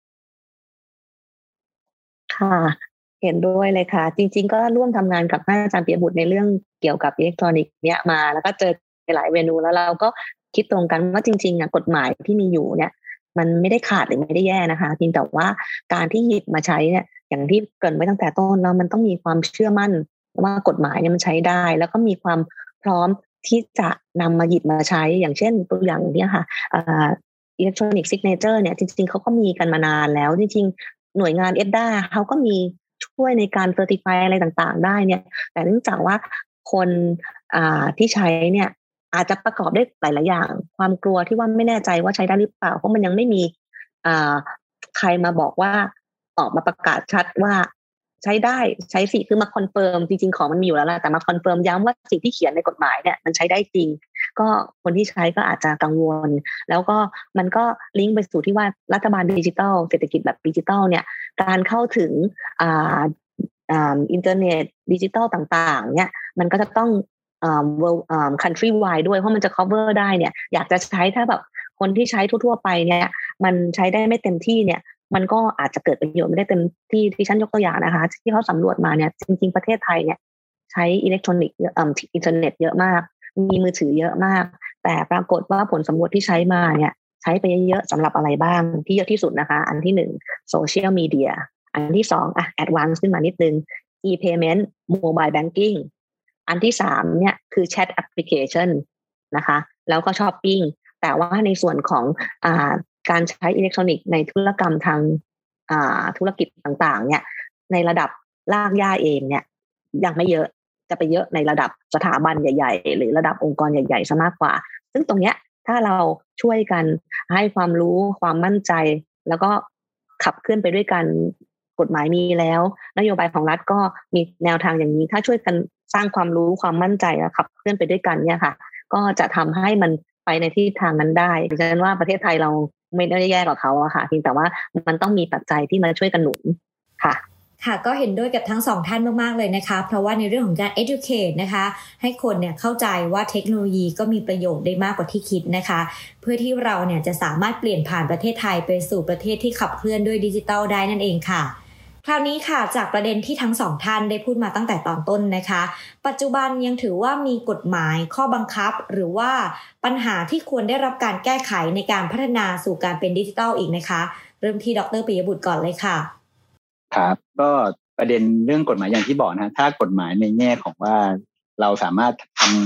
ค่ะเห็นด้วยเลยค่ะจริงๆก็ร่วมทำงานกับท่านอาจารย์ปิยบุตรในเรื่องเกี่ยวกับอิเล็กทรอนิกส์เนี่ยมาแล้วก็เจอหลายเมนูแล้วเราก็คิดตรงกันว่าจริงๆอ่ะกฎหมายที่มีอยู่เนี่ยมันไม่ได้ขาดหรือไม่ได้แย่นะคะเพียงแต่ว่าการที่หยิบมาใช้เนี่ยอย่างที่เกริ่นไว้ตั้งแต่ต้นแล้วมันต้องมีความเชื่อมั่นว่ากฎหมายเนี่ยมันใช้ได้แล้วก็มีความพร้อมที่จะนำมาหยิบมาใช้อย่างเช่นตัวอย่างเนี้ยค่ะอ่าอิเล็กทรอนิกส์ซิกเนเจอร์เนี่ยจริงๆเขาก็มีกันมานานแล้วจริงๆหน่วยงาน เอ ดี เอ เขาก็มีช่วยในการเซอร์ติฟายอะไรต่างๆได้เนี่ยแต่เนื่องจากว่าคนอ่าที่ใช้เนี่ยอาจจะประกอบได้หลายๆอย่างความกลัวที่ว่าไม่แน่ใจว่าใช้ได้หรือเปล่าเพราะมันยังไม่มีอ่าใครมาบอกว่าออกมาประกาศชัดว่าใช้ได้ใช้สิคือมาคอนเฟิร์มจริงๆของมันมีอยู่แล้วแหละแต่มาคอนเฟิร์มย้ำว่าสิ่งที่เขียนในกฎหมายเนี่ยมันใช้ได้จริงก็คนที่ใช้ก็อาจจะกังวลแล้วก็มันก็ลิงก์ไปสู่ที่ว่ารัฐบาลดิจิทัลเศรษฐกิจแบบดิจิทัลเนี่ยการเข้าถึงอ่าอ่าอินเทอร์เน็ตดิจิทัลต่างๆเนี่ยมันก็จะต้องอ่า world อ่า country wide ด้วยเพราะมันจะ cover ได้เนี่ยอยากจะใช้ถ้าแบบคนที่ใช้ทั่วๆไปเนี่ยมันใช้ได้ไม่เต็มที่เนี่ยมันก็อาจจะเกิดประโยชน์ไม่ได้เต็มที่ที่ฉันยกตัวอย่างนะคะที่เขาสำรวจมาเนี่ยจริงๆประเทศไทยเนี่ยใช้อิเล็กทรอนิกส์เอ่ออินเทอร์เน็ตเยอะมากมีมือถือเยอะมากแต่ปรากฏว่าผลสำรวจที่ใช้มาเนี่ยใช้ไปเยอะๆสำหรับอะไรบ้างที่เยอะที่สุดนะคะอันที่หนึ่งโซเชียลมีเดียอันที่สองอ่ะแอดวานซ์ขึ้นมานิดนึง e-payment mobile banking อันที่สามเนี่ยคือแชทแอปพลิเคชันนะคะแล้วก็ช้อปปิ้งแต่ว่าในส่วนของอ่าการใช้อิเล็กทรอนิกส์ในธุรกรรมทางอ่าธุรกิจต่างๆเนี่ยในระดับรากหญ้าเองเนี่ยยังไม่เยอะจะไปเยอะในระดับสถาบันใหญ่ๆหรือระดับองค์กรใหญ่ๆซะมากกว่าซึ่งตรงเนี้ยถ้าเราช่วยกันให้ความรู้ความมั่นใจแล้วก็ขับเคลื่อนไปด้วยกันกฎหมายมีแล้วนโยบายของรัฐก็มีแนวทางอย่างนี้ถ้าช่วยกันสร้างความรู้ความมั่นใจและขับเคลื่อนไปด้วยกันเนี่ยค่ะก็จะทำให้มันไปในที่ทางนั้นได้ดิฉันว่าประเทศไทยเราไม่ได้แย่กว่าเขาอะค่ะเพียงแต่ว่ามันต้องมีปัจจัยที่มาช่วยกันหนุนค่ะค่ะก็เห็นด้วยกับทั้งสองท่านมากๆเลยนะคะเพราะว่าในเรื่องของการ educate นะคะให้คนเนี่ยเข้าใจว่าเทคโนโลยีก็มีประโยชน์ได้มากกว่าที่คิดนะคะเพื่อที่เราเนี่ยจะสามารถเปลี่ยนผ่านประเทศไทยไปสู่ประเทศที่ขับเคลื่อนด้วยดิจิทัลได้นั่นเองค่ะคราวนี้ค่ะจากประเด็นที่ทั้งสองท่านได้พูดมาตั้งแต่ตอนต้นนะคะปัจจุบันยังถือว่ามีกฎหมายข้อบังคับหรือว่าปัญหาที่ควรได้รับการแก้ไขในการพัฒนาสู่การเป็นดิจิทัลอีกนะคะเริ่มที่ดร.ปิยบุตรก่อนเลยค่ะครับก็ประเด็นเรื่องกฎหมายอย่างที่บอกนะถ้ากฎหมายในแง่ของว่าเราสามารถทำ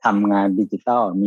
ทำงานดิจิทัลมี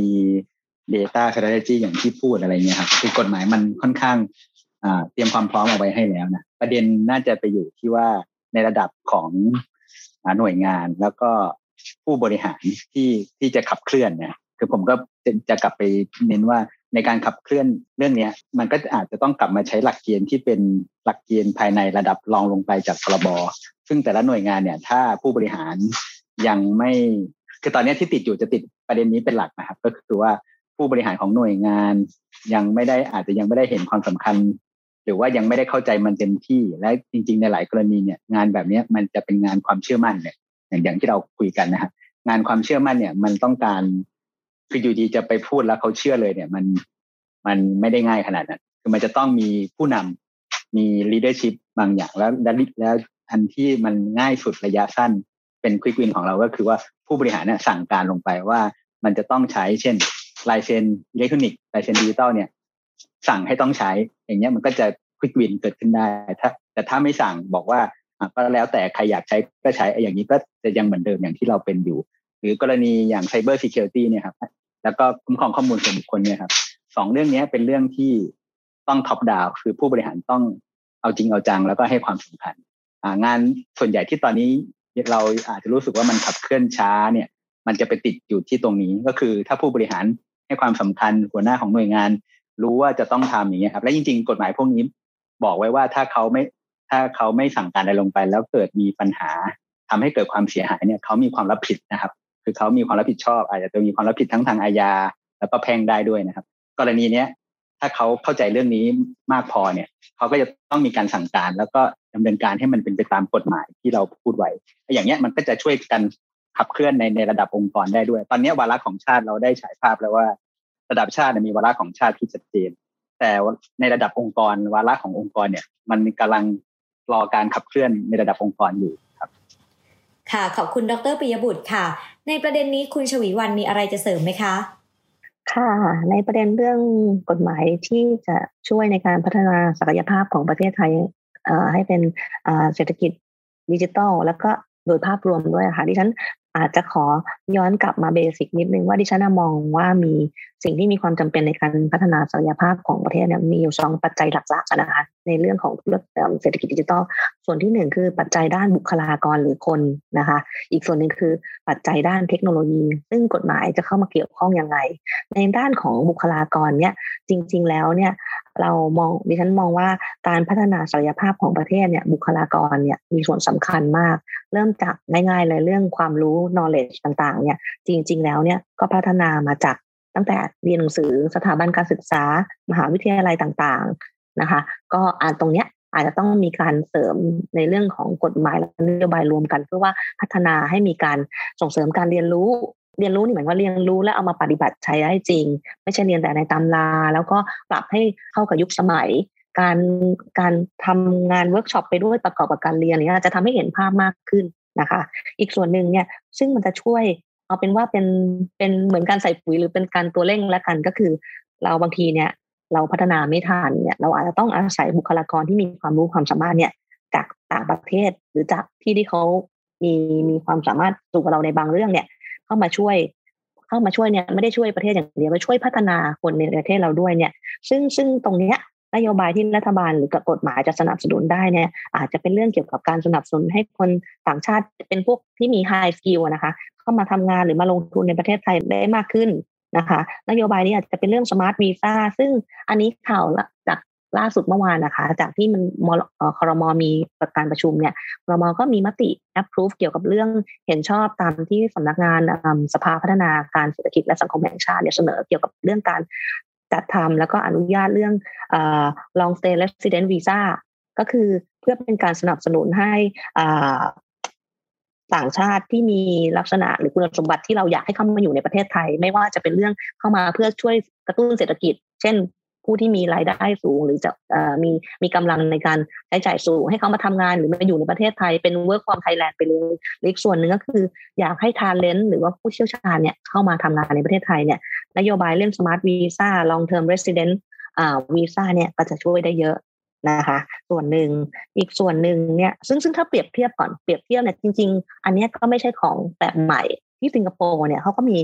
data strategy อย่างที่พูดอะไรเงี้ยครับคือกฎหมายมันค่อนข้างอ่าเตรียมความพร้อมเอาไว้ให้แล้วนะประเด็นน่าจะไปอยู่ที่ว่าในระดับของหน่วยงานแล้วก็ผู้บริหารที่ที่จะขับเคลื่อนเนี่ยคือผมก็จะจะกลับไปเน้นว่าในการขับเคลื่อนเรื่องนี้มันก็อาจจะต้องกลับมาใช้หลักเกณฑ์ที่เป็นหลักเกณฑ์ภายในระดับรองลงไปจากพรบซึ่งแต่ละหน่วยงานเนี่ยถ้าผู้บริหารยังไม่คือตอนนี้ที่ติดอยู่จะติดประเด็นนี้เป็นหลักนะครับก็คือว่าผู้บริหารของหน่วยงานยังไม่ได้อาจจะยังไม่ได้เห็นความสำคัญหรือว่ายังไม่ได้เข้าใจมันเต็มที่และจริงๆในหลายกรณีเนี่ยงานแบบนี้มันจะเป็นงานความเชื่อมั่นเนี่ยอย่างอย่างที่เราคุยกันนะครับงานความเชื่อมั่นเนี่ยมันต้องการคืออยู่ดีจะไปพูดแล้วเขาเชื่อเลยเนี่ยมันมันไม่ได้ง่ายขนาดนั้นคือมันจะต้องมีผู้นำมี leadership บางอย่างแล้วแล้วอันที่มันง่ายสุดระยะสั้นเป็น quick win ของเราก็คือว่าผู้บริหารเนี่ยสั่งการลงไปว่ามันจะต้องใช้เช่นลายเซ็นอิเล็กทรอนิกส์ลายเซ็นดิจิตอลเนี่ยสั่งให้ต้องใช้อย่างเงี้ยมันก็จะ quick win เกิดขึ้นได้ถ้าแต่ถ้าไม่สั่งบอกว่าก็แล้วแต่ใครอยากใช้ก็ใช้อย่างนี้ก็จะยังเหมือนเดิมอย่างที่เราเป็นอยู่หรือกรณีอย่าง Cyber Security เนี่ยครับแล้วก็คุ้มครองข้อมูลส่วนบุคคลเนี่ยครับสองเรื่องนี้เป็นเรื่องที่ต้องท็อปดาวน์คือผู้บริหารต้องเอาจริงเอาจังแล้วก็ให้ความสำคัญงานส่วนใหญ่ที่ตอนนี้เราอาจจะรู้สึกว่ามันขับเคลื่อนช้าเนี่ยมันจะไปติดอยู่ที่ตรงนี้ก็คือถ้าผู้บริหารให้ความสำคัญหัวหน้าของหน่วยงานรู้ว่าจะต้องทำอย่างเงี้ยครับและจริงๆกฎหมายพวกนี้บอกไว้ว่าถ้าเขาไม่ถ้าเขาไม่สั่งการอะไรลงไปแล้วเกิดมีปัญหาทำให้เกิดความเสียหายเนี่ยเขามีความรับผิดนะครับคือเขามีความรับผิดชอบอาจจะมีความรับผิดทั้งทางอาญาแล้วก็แพ่งได้ด้วยนะครับกรณีเนี้ยถ้าเขาเข้าใจเรื่องนี้มากพอเนี่ยเขาก็จะต้องมีการสั่งการแล้วก็ดำเนินการให้มันเป็นไปตามกฎหมายที่เราพูดไว้อย่างเงี้ยมันก็จะช่วยกันขับเคลื่อนในในระดับองค์กรได้ด้วยตอนนี้วาระของชาติเราได้ฉายภาพแล้วว่าระดับชาติมีวาระของชาติที่ชัดเจนแต่ในระดับองค์กรวาระขององค์กรเนี่ยมันกำลังรอการขับเคลื่อนในระดับองค์กรอยู่ครับค่ะขอบคุณดร.ปิยบุตรค่ะในประเด็นนี้คุณชวีวรรณมีอะไรจะเสริมไหมคะค่ะในประเด็นเรื่องกฎหมายที่จะช่วยในการพัฒนาศักยภาพของประเทศไทยให้เป็นเศรษฐกิจดิจิทัลแล้วก็โดยภาพรวมด้วยค่ะดิฉันอาจจะขอย้อนกลับมาเบสิกนิดนึงว่าดิฉันมองว่ามีสิ่งที่มีความจำเป็นในการพัฒนาศักยภาพของประเทศเนี่ยมีอยู่สองปัจจัยหลักๆนะคะในเรื่องของเศรษฐกิจดิจิทัลส่วนที่หนึ่งคือปัจจัยด้านบุคลากรหรือคนนะคะอีกส่วนหนึ่งคือปัจจัยด้านเทคโนโลยีซึ่งกฎหมายจะเข้ามาเกี่ยวข้องยังไงในด้านของบุคลากรเนี่ยจริงๆแล้วเนี่ยเรามองดิฉันมองว่าการพัฒนาศักยภาพของประเทศเนี่ยบุคลากรเนี่ยมีส่วนสำคัญมากเริ่มจากง่ายๆเลยเรื่องความรู้ knowledge ต่างๆเนี่ยจริงๆแล้วเนี่ยก็พัฒนามาจากตั้งแต่เรียนหนังสือสถาบันการศึกษามหาวิทยาลัยต่างๆนะคะก็อ่านตรงเนี้ยอาจจะต้องมีการเสริมในเรื่องของกฎหมายและนโยบายรวมกันเพื่อว่าพัฒนาให้มีการส่งเสริมการเรียนรู้เรียนรู้นี่หมายว่าเรียนรู้แล้วเอามาปฏิบัติใช้ได้จริงไม่ใช่เรียนแต่ในตำราแล้วก็ปรับให้เข้ากับยุคสมัยการการทำงานเวิร์กช็อปไปด้วยประกอบกับการเรียนเนี่ยจะทำให้เห็นภาพมากขึ้นนะคะอีกส่วนหนึ่งเนี่ยซึ่งมันจะช่วยเอาเป็นว่าเป็นเป็นเหมือนการใส่ปุ๋ยหรือเป็นการตัวเร่งแล้วกันก็คือเราบางทีเนี่ยเราพัฒนาไม่ทันเนี่ยเราอาจจะต้องอาศัยบุคลากรที่มีความรู้ความสามารถเนี่ยจากต่างประเทศหรือจากที่ที่เขามีมีความสามารถสูงกว่าเราในบางเรื่องเนี่ยเข้ามาช่วยเข้ามาช่วยเนี่ยไม่ได้ช่วยประเทศอย่างเดียวไปช่วยพัฒนาคนในประเทศเราด้วยเนี่ยซึ่งซึ่งตรงเนี้ยนโยบายที่รัฐบาลหรือกับกฎหมายจะสนับสนุนได้เนี่ยอาจจะเป็นเรื่องเกี่ยวกับการสนับสนุนให้คนต่างชาติเป็นพวกที่มี high skill นะคะเข้ามาทำงานหรือมาลงทุนในประเทศไทยได้มากขึ้นนะคะนโยบายนี้อาจจะเป็นเรื่อง smart visa ซึ่งอันนี้ข่าวจากล่าสุดเมื่อวานนะคะจากที่มันครม.มีการประชุมเนี่ยครม.ก็มีมติ approve เกี่ยวกับเรื่องเห็นชอบตามที่สำนักงานสภาพัฒนาการเศรษฐกิจและสังคมแห่งชาติเนี่ยเสนอเกี่ยวกับเรื่องการจัดทำแล้วก็อนุญาตเรื่องเอ่อ long stay resident visa ก็คือเพื่อเป็นการสนับสนุนให้อ่าต่างชาติที่มีลักษณะหรือคุณสมบัติที่เราอยากให้เข้ามาอยู่ในประเทศไทยไม่ว่าจะเป็นเรื่องเข้ามาเพื่อช่วยกระตุ้นเศรษฐกิจเช่นผู้ที่มีรายได้สูงหรือจะมีมีกำลังในการใช้จ่ายสูงให้เขามาทำงานหรือมาอยู่ในประเทศไทยเป็น work from Thailand ไปเลยอีกส่วนหนึ่งก็คืออยากให้ talent หรือว่าผู้เชี่ยวชาญเนี่ยเข้ามาทำงานในประเทศไทยเนี่ยนโยบายเรื่อง smart visa long term resident อ่า visa เนี่ยก็จะช่วยได้เยอะนะคะส่วนหนึ่งอีกส่วนหนึ่งเนี่ยซึ่งซึ่งถ้าเปรียบเทียบก่อนเปรียบเทียบเนี่ยจริงๆอันนี้ก็ไม่ใช่ของแบบใหม่ที่สิงคโปร์เนี่ยเขาก็มี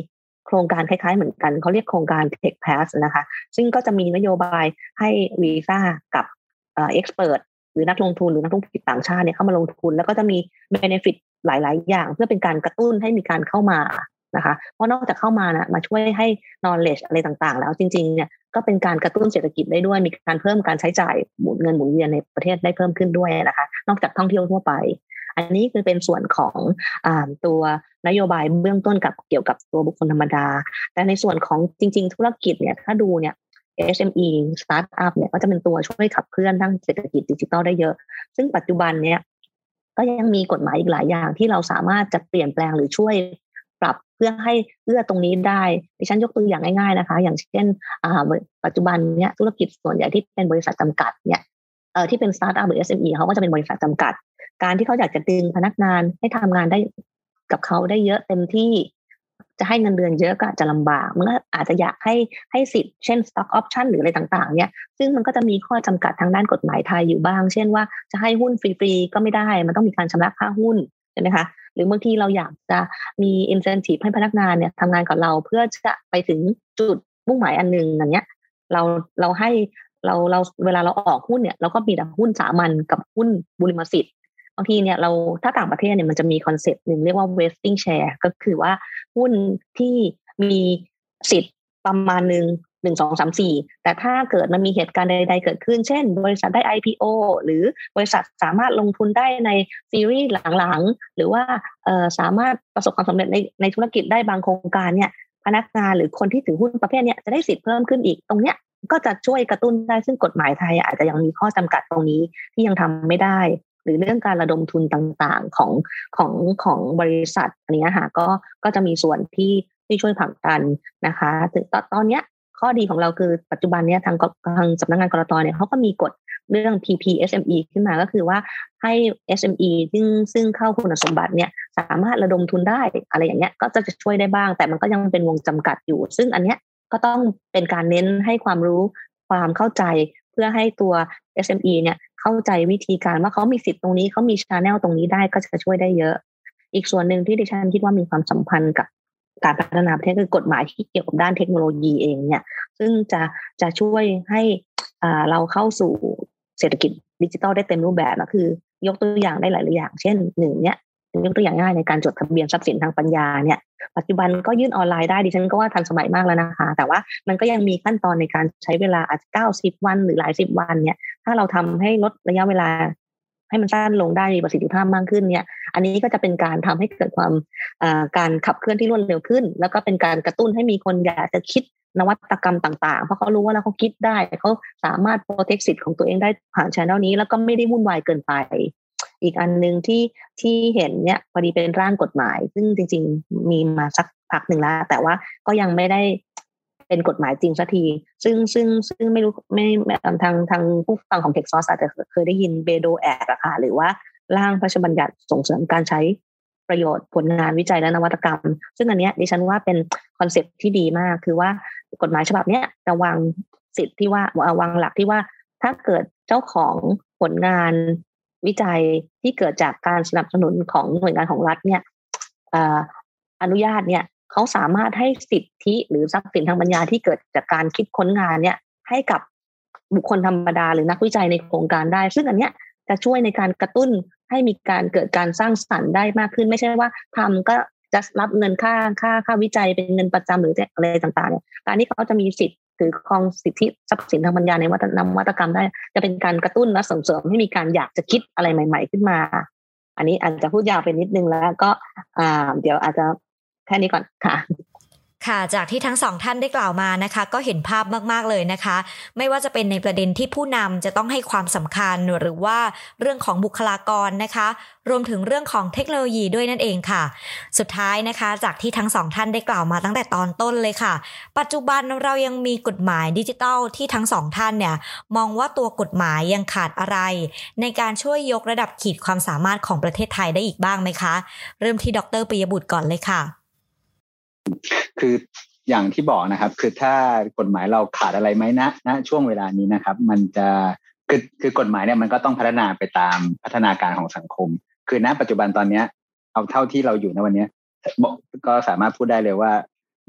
โครงการคล้ายๆเหมือนกันเขาเรียกโครงการ Tech Pass นะคะซึ่งก็จะมีนโยบายให้วีซ่ากับเอ่อ expert หรือนักลงทุนหรือนักธุรกิจต่างชาติเนี่ยเข้ามาลงทุนแล้วก็จะมี benefit หลายๆอย่างเพื่อเป็นการกระตุ้นให้มีการเข้ามานะคะเพราะนอกจากเข้ามานะมาช่วยให้ knowledge อะไรต่างๆแล้วจริงๆเนี่ยก็เป็นการกระตุ้นเศรษฐกิจได้ด้วยมีการเพิ่มการใช้จ่ายหมุนเงินหมุนเวียนในประเทศได้เพิ่มขึ้นด้วยนะคะนอกจากท่องเที่ยวทั่วไปอันนี้คือเป็นส่วนของอ่าตัวนโยบายเบื้องต้นกับเกี่ยวกับตัวบุคคลธรรมดาแต่ในส่วนของจริงๆธุรกิจเนี่ยถ้าดูเนี่ย เอส เอ็ม อี Startup เนี่ยก็จะเป็นตัวช่วยขับเคลื่อนทั้งเศรษฐกิจดิจิทัลได้เยอะซึ่งปัจจุบันเนี่ยก็ยังมีกฎหมายอีกหลายอย่างที่เราสามารถจะเปลี่ยนแปลงหรือช่วยปรับเพื่อให้เอื้อตรงนี้ได้ดิฉันยกตัวอย่างง่ายๆนะคะอย่างเช่นอ่าปัจจุบันเนี่ยธุรกิจส่วนใหญ่ที่เป็นบริษัทจำกัดเนี่ยเอ่อที่เป็น Startup หรือ เอส เอ็ม อี เขาก็จะเป็นบริษัทจำกัดการที่เขาอยากจะดึงพนักงานให้ทำงานได้กับเขาได้เยอะเต็มที่จะให้เงินเดือนเยอะก็อาจจะลำบากมันก็อาจจะอยากให้ให้สิทธิ์เช่น stock option หรืออะไรต่างๆเนี่ยซึ่งมันก็จะมีข้อจำกัดทางด้านกฎหมายไทยอยู่บ้างเช่นว่าจะให้หุ้นฟรีๆก็ไม่ได้มันต้องมีการชำระค่าหุ้นใช่ไหมคะหรือบางทีเราอยากจะมี incentive ให้พนักงานเนี่ยทำงานกับเราเพื่อจะไปถึงจุดมุ่งหมายอันนึงอย่างเงี้ยเราเราให้เราเราเวลาเราออกหุ้นเนี่ยเราก็มีแต่หุ้นสามัญกับหุ้นบุริมสิทธิ์บางทีเนี่ยเราถ้าต่างประเทศเนี่ยมันจะมีคอนเซ็ปต์หนึ่งเรียกว่า vesting share ก็คือว่าหุ้นที่มีสิทธิ์ประมาณหนึ่งหนึ่งสองสามสี่แต่ถ้าเกิดมันมีเหตุการณ์ใดๆเกิดขึ้นเช่นบริษัทได้ ไอ พี โอ หรือบริษัทสามารถลงทุนได้ในซีรีส์หลังๆหรือว่าเอ่อสามารถประสบความสำเร็จในในธุรกิจได้บางโครงการเนี่ยพนักงานหรือคนที่ถือหุ้นประเภทเนี้ยจะได้สิทธิ์เพิ่มขึ้นอีกตรงเนี้ยก็จะช่วยกระตุ้นได้ซึ่งกฎหมายไทยอาจจะยังมีข้อจำกัดตรงนี้ที่ยังทำไม่ได้หรือเรื่องการระดมทุนต่างๆของของของบริษัทอันนี้ค่ะก็ก็จะมีส่วนที่ที่ช่วยผลักดันนะคะถึงตอนตอนเนี้ยข้อดีของเราคือปัจจุบันเนี้ยทางทางสำนักงานกลตเนี่ยเขาก็มีกฎเรื่อง พี พี เอส เอ็ม อี ขึ้นมาก็คือว่าให้ เอส เอ็ม อี ซึ่งซึ่งเข้าคุณสมบัติเนี่ยสามารถระดมทุนได้อะไรอย่างเงี้ยก็จะช่วยได้บ้างแต่มันก็ยังเป็นวงจำกัดอยู่ซึ่งอันเนี้ยก็ต้องเป็นการเน้นให้ความรู้ความเข้าใจเพื่อให้ตัว เอส เอ็ม อี เนี่ยเข้าใจวิธีการว่าเขามีสิทธิ์ตรงนี้เขามี channel ตรงนี้ได้ก็จะช่วยได้เยอะอีกส่วนหนึ่งที่ดิฉันคิดว่ามีความสัมพันธ์กับการพัฒนาประเทศคือกฎหมายที่เกี่ยวกับด้านเทคโนโลยีเองเนี่ยซึ่งจะจะช่วยให้อ่าเราเข้าสู่เศรษฐกิจดิจิทัลได้เต็มรูปแบบก็คือยกตัวอย่างได้หลายๆอย่างเช่นหนึ่งเนี่ยยกตัวอย่างง่ายในการจดทะเบียนทรัพย์สินทางปัญญาเนี่ยปัจจุบันก็ยื่นออนไลน์ได้ดิฉันก็ว่าทันสมัยมากแล้วนะคะแต่ว่ามันก็ยังมีขั้นตอนในการใช้เวลาอาจจะเก้าสิบวันหรือหลายสิบวันเนี่ยถ้าเราทำให้ลดระยะเวลาให้มันสั้นลงได้มีประสิทธิภาพมากขึ้นเนี่ยอันนี้ก็จะเป็นการทำให้เกิดความการขับเคลื่อนที่รวดเร็วขึ้นแล้วก็เป็นการกระตุ้นให้มีคนอยากจะคิดนวัตกรรมต่างๆเพราะเขารู้ว่าแล้วเขาคิดได้เขาสามารถโปรเทคสิทธิ์ของตัวเองได้ผ่าน channel นี้แล้วก็ไม่ได้วุ่นวายเกินไปอีกอันนึงที่ที่เห็นเนี่ยพอดีเป็นร่างกฎหมายซึ่งจริงๆมีมาสักพักหนึ่งแล้วแต่ว่าก็ยังไม่ได้เป็นกฎหมายจริงสักทีซึ่งซึ่งซึ่งไม่รู้ไม่ทางทางผู้ฟังของ Tech Source อาจจะเคยได้ยิน เบโด Act อะค่ะหรือว่าร่างพระราชบัญญัติส่งเสริมการใช้ประโยชน์ผลงานวิจัยและนวัตกรรมซึ่งอันเนี้ยดิฉันว่าเป็นคอนเซ็ปต์ที่ดีมากคือว่ากฎหมายฉบับเนี้ยจะวางสิทธิ์ที่ว่าวางหลักที่ว่าถ้าเกิดเจ้าของผลงานวิจัยที่เกิดจากการสนับสนุนของหน่วยงานของรัฐเนี่ยอนุญาตเนี่ยเขาสามารถให้สิทธิหรือทรัพย์สินทางปัญญาที่เกิดจากการคิดค้นงานเนี่ยให้กับบุคคลธรรมดาหรือนักวิจัยในโครงการได้ซึ่งอันเนี้ยจะช่วยในการกระตุ้นให้มีการเกิดการสร้างสรรค์ได้มากขึ้นไม่ใช่ว่าทำก็จะรับเงินค่าค่าค่าวิจัยเป็นเงินประจำหรืออะไรต่างๆเนี่ยการที่เขาจะมีสิทธิ์ถือครองสิทธิทรัพย์สินทางปัญญาในนวัตกรรมได้จะเป็นการกระตุ้นและส่งเสริมให้มีการอยากจะคิดอะไรใหม่ๆขึ้นมาอันนี้อาจจะพูดยาวไปนิดนึงแล้วก็อ่าเดี๋ยวอาจจะแค่นี้ก่อนค่ะค่ะจากที่ทั้งสองท่านได้กล่าวมานะคะก็เห็นภาพมากๆเลยนะคะไม่ว่าจะเป็นในประเด็นที่ผู้นำจะต้องให้ความสำคัญหรือว่าเรื่องของบุคลากรนะคะรวมถึงเรื่องของเทคโนโลยีด้วยนั่นเองค่ะสุดท้ายนะคะจากที่ทั้งสองท่านได้กล่าวมาตั้งแต่ตอนต้นเลยค่ะปัจจุบันเรายังมีกฎหมายดิจิทัลที่ทั้งสองท่านเนี่ยมองว่าตัวกฎหมายยังขาดอะไรในการช่วยยกระดับขีดความสามารถของประเทศไทยได้อีกบ้างไหมคะเริ่มที่ดร.ปิยบุตรก่อนเลยค่ะคืออย่างที่บอกนะครับคือถ้ากฎหมายเราขาดอะไรไหมนะณช่วงเวลานี้นะครับมันจะคือคือกฎหมายเนี่ยมันก็ต้องพัฒนาไปตามพัฒนาการของสังคมคือณปัจจุบันตอนนี้เอาเท่าที่เราอยู่ในวันนี้ก็สามารถพูดได้เลยว่า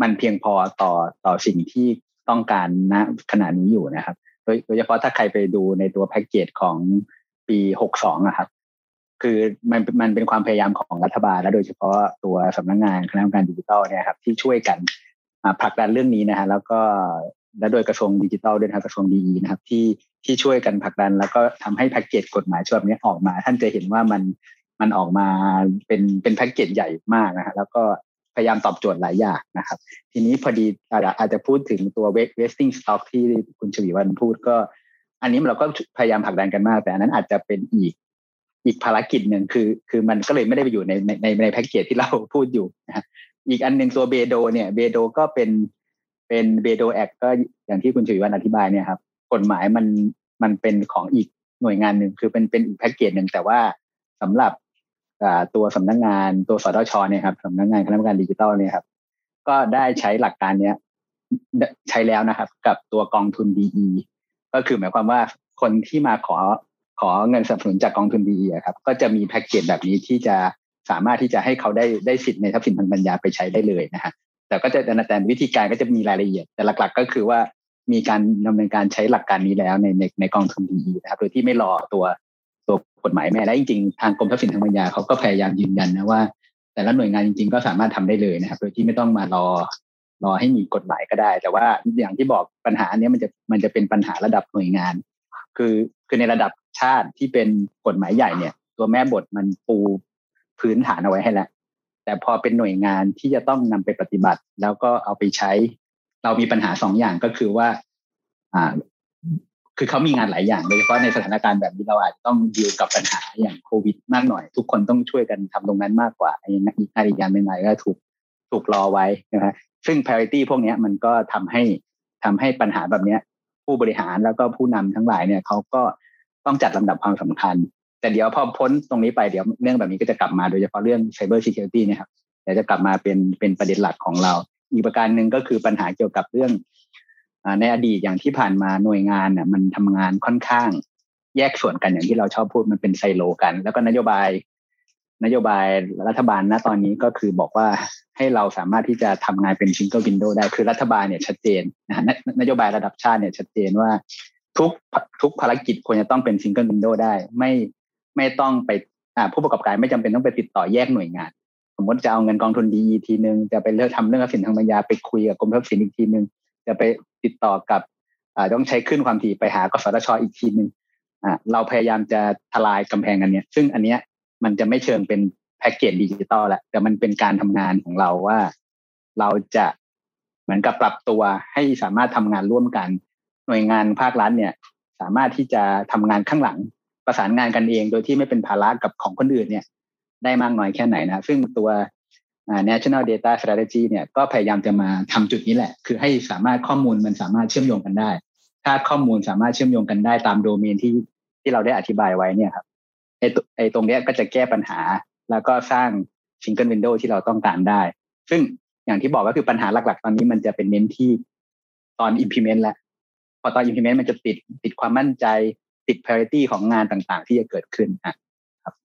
มันเพียงพอต่อต่อสิ่งที่ต้องการณขณะนี้อยู่นะครับโดยโดยเฉพาะถ้าใครไปดูในตัวแพ็กเกจของปีหกสิบสองนะครับคือมันมันเป็นความพยายามของรัฐบาลและโดยเฉพาะตัวสำนักงานคณะกรรมการดิจิทัลเนี่ยครับที่ช่วยกันผลักดันเรื่องนี้นะฮะแล้วก็และโดยกระทรวงดิจิทัลด้วยนะครับกระทรวงดีนะครับที่ที่ช่วยกันผลักดันแล้วก็ทำให้แพ็กเกจกฎหมายฉบับนี้ออกมาท่านจะเห็นว่ามันมันออกมาเป็นเป็นแพ็กเกจใหญ่มากนะฮะแล้วก็พยายามตอบโจทย์หลายอย่างนะครับทีนี้พอดีอาจจะอาจจะพูดถึงตัว vesting stock ที่คุณชวีวรรณพูดก็อันนี้เราก็พยายามผลักดันกันมากแต่อันนั้นอาจจะเป็นอีกอีกภารกิจหนึ่งคือคือมันก็เลยไม่ได้ไปอยู่ในในในในแพ็กเกจที่เราพูดอยู่นะฮะอีกอันนึงตัวเบโดเนี่ยเบโดก็เป็นเป็นเบโดแอคก็อย่างที่คุณชวีวรรณอธิบายเนี่ยครับกฎหมายมันมันเป็นของอีกหน่วยงานหนึ่งคือเป็นเป็นอีกแพ็กเกจหนึ่งแต่ว่าสำหรับตัวสำนักงานตัวสตชเนี่ยครับสำนักงานคณะกรรมการดิจิทัลเนี่ยครับก็ได้ใช้หลักการเนี้ยใช้แล้วนะครับกับตัวกองทุน ดี อี ก็คือหมายความว่าคนที่มาขอขอเงินสนับสนุนจากกองทุน ดี อี ครับก็จะมีแพ็กเกจแบบนี้ที่จะสามารถที่จะให้เขาได้ได้สิทธิ์ในทรัพย์สินทางปัญญาไปใช้ได้เลยนะฮะแต่ก็จะแต่วิธีการก็จะมีรายละเอียดแต่หลักๆก็คือว่ามีการดำเนินการใช้หลักการนี้แล้วในในในกองทุน ดี อี นะครับโดยที่ไม่รอตัวตัวกฎหมายแม่และจริงๆทางกรมทรัพย์สินทางปัญญาเขาก็พยายามยืนยันนะว่าแต่ละหน่วยงานจริงๆก็สามารถทำได้เลยนะครับโดยที่ไม่ต้องมารอรอให้มีกฎหมายก็ได้แต่ว่าอย่างที่บอกปัญหาอันนี้มันจะมันจะเป็นปัญหาระดับหน่วยงานคือคือในระดับชาติที่เป็นกฎหมายใหญ่เนี่ยตัวแม่บทมันปูพื้นฐานเอาไว้ให้แล้วแต่พอเป็นหน่วยงานที่จะต้องนำไปปฏิบัติแล้วก็เอาไปใช้เรามีปัญหาสองอย่างก็คือว่าอ่าคือเขามีงานหลายอย่างโดยเฉพาะในสถานการณ์แบบนี้เราอาจจะต้องดีลกับปัญหาอย่างโควิดมากหน่อยทุกคนต้องช่วยกันทำตรงนั้นมากกว่าอีกงานอีกอย่างหนึ่งก็ถูกถูกรอไว้นะครับซึ่ง priority พวกนี้มันก็ทำให้ทำให้ปัญหาแบบนี้ผู้บริหารแล้วก็ผู้นำทั้งหลายเนี่ยเขาก็ต้องจัดลำดับความสำคัญแต่เดี๋ยวพอพ้นตรงนี้ไปเดี๋ยวเรื่องแบบนี้ก็จะกลับมาโดยเฉพาะเรื่อง cyber security เนี่ยครับเดี๋ยวจะกลับมาเป็นเป็นประเด็นหลักของเราอีกประการหนึ่งก็คือปัญหาเกี่ยวกับเรื่องในอดีตอย่างที่ผ่านมาหน่วยงานน่ะมันทำงานค่อนข้างแยกส่วนกันอย่างที่เราชอบพูดมันเป็นไซโลกันแล้วก็นโยบายนโยบายรัฐบาลณตอนนี้ก็คือบอกว่าให้เราสามารถที่จะทำงานเป็น single window ได้คือรัฐบาลเนี่ยชัดเจนนะนโยบายระดับชาติเนี่ยชัดเจนว่าทุกทุกภารกิจควรจะต้องเป็น single window ได้ไม่ไม่ต้องไปผู้ประกอบการไม่จำเป็นต้องไปติดต่อแยกหน่วยงานสมมติจะเอาเงินกองทุน ดี อี ทีนึงจะไปเลือกทำเรื่องทรัพย์สินทางปัญญาไปคุยกับกรมทรัพย์สินอีกทีนึงจะไปติดต่อกับต้องใช้ขึ้นความถี่ไปหากสทช.อีกทีนึงเราพยายามจะทลายกำแพงอันนี้ซึ่งอันเนี้ยมันจะไม่เชิงเป็นแพ็กเกจดิจิตอลแล้วแต่มันเป็นการทำงานของเราว่าเราจะเหมือนกับปรับตัวให้สามารถทำงานร่วมกันหน่วยงานภาครัฐเนี่ยสามารถที่จะทำงานข้างหลังประสานงานกันเองโดยที่ไม่เป็นภาระกับของคนอื่นเนี่ยได้มากน้อยแค่ไหนนะซึ่งตัว National Data Strategy เนี่ยก็พยายามจะมาทำจุดนี้แหละคือให้สามารถข้อมูลมันสามารถเชื่อมโยงกันได้ถ้าข้อมูลสามารถเชื่อมโยงกันได้ตามโดเมนที่ที่เราได้อธิบายไว้เนี่ยครับไอ้ไอ้ตรงเนี้ยก็จะแก้ปัญหาแล้วก็สร้าง Single Window ที่เราต้องการได้ซึ่งอย่างที่บอกก็คือปัญหาหลักๆตอนนี้มันจะเป็นเน้นที่ตอน implement แล้วพอตอน implement มันจะติดติดความมั่นใจติด priority ของงานต่างๆที่จะเกิดขึ้นครับ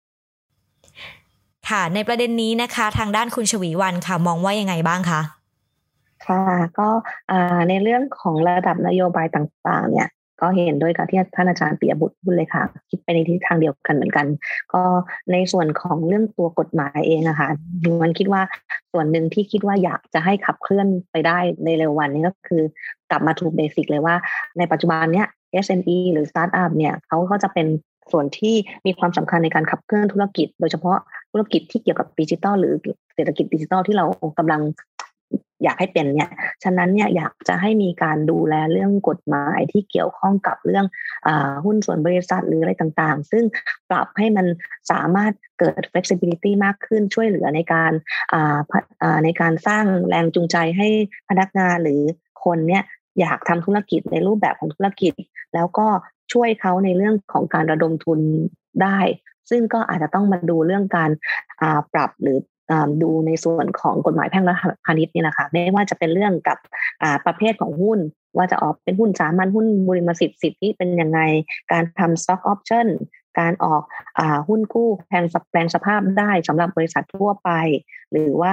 ค่ะในประเด็นนี้นะคะทางด้านคุณชวีวรรณค่ะมองว่ายังไงบ้างคะค่ะก็ในเรื่องของระดับนโยบายต่างๆเนี่ยก็เห็นด้วยกับที่ท่านอาจารย์ปิยบุตรพูดเลยค่ะคิดไปในทิศทางเดียวกันเหมือนกันก็ในส่วนของเรื่องตัวกฎหมายเองอะค่ะมันคิดว่าส่วนหนึ่งที่คิดว่าอยากจะให้ขับเคลื่อนไปได้ในเร็ววันนี้ก็คือกลับมาถูกเบสิกเลยว่าในปัจจุบันเนี้ย เอส เอ็ม อี หรือสตาร์ทอัพเนี่ยเขาก็จะเป็นส่วนที่มีความสำคัญในการขับเคลื่อนธุรกิจโดยเฉพาะธุรกิจที่เกี่ยวกับดิจิทัลหรือเศรษฐกิจดิจิทัลที่เรากำลังอยากให้เป็นเนี่ยฉะนั้นเนี่ยอยากจะให้มีการดูแลเรื่องกฎหมายที่เกี่ยวข้องกับเรื่องอ่าหุ้นส่วนบริษัทหรืออะไรต่างๆซึ่งปรับให้มันสามารถเกิด flexibility มากขึ้นช่วยเหลือในการอ่าอ่าในการสร้างแรงจูงใจให้พนักงานหรือคนเนี่ยอยากทำธุรกิจในรูปแบบของธุรกิจแล้วก็ช่วยเขาในเรื่องของการระดมทุนได้ซึ่งก็อาจจะต้องมาดูเรื่องการอ่าปรับหรือดูในส่วนของกฎหมายแพ่งและพาณิชย์นี่แหละค่ะไม่ว่าจะเป็นเรื่องกับประเภทของหุ้นว่าจะออกเป็นหุ้นสามัญหุ้นบริมสิทธิ์สิทธิเป็นยังไงการทำ stock option การออกหุ้นกู้แปลงแปลงสภาพได้สำหรับบริษัททั่วไปหรือว่า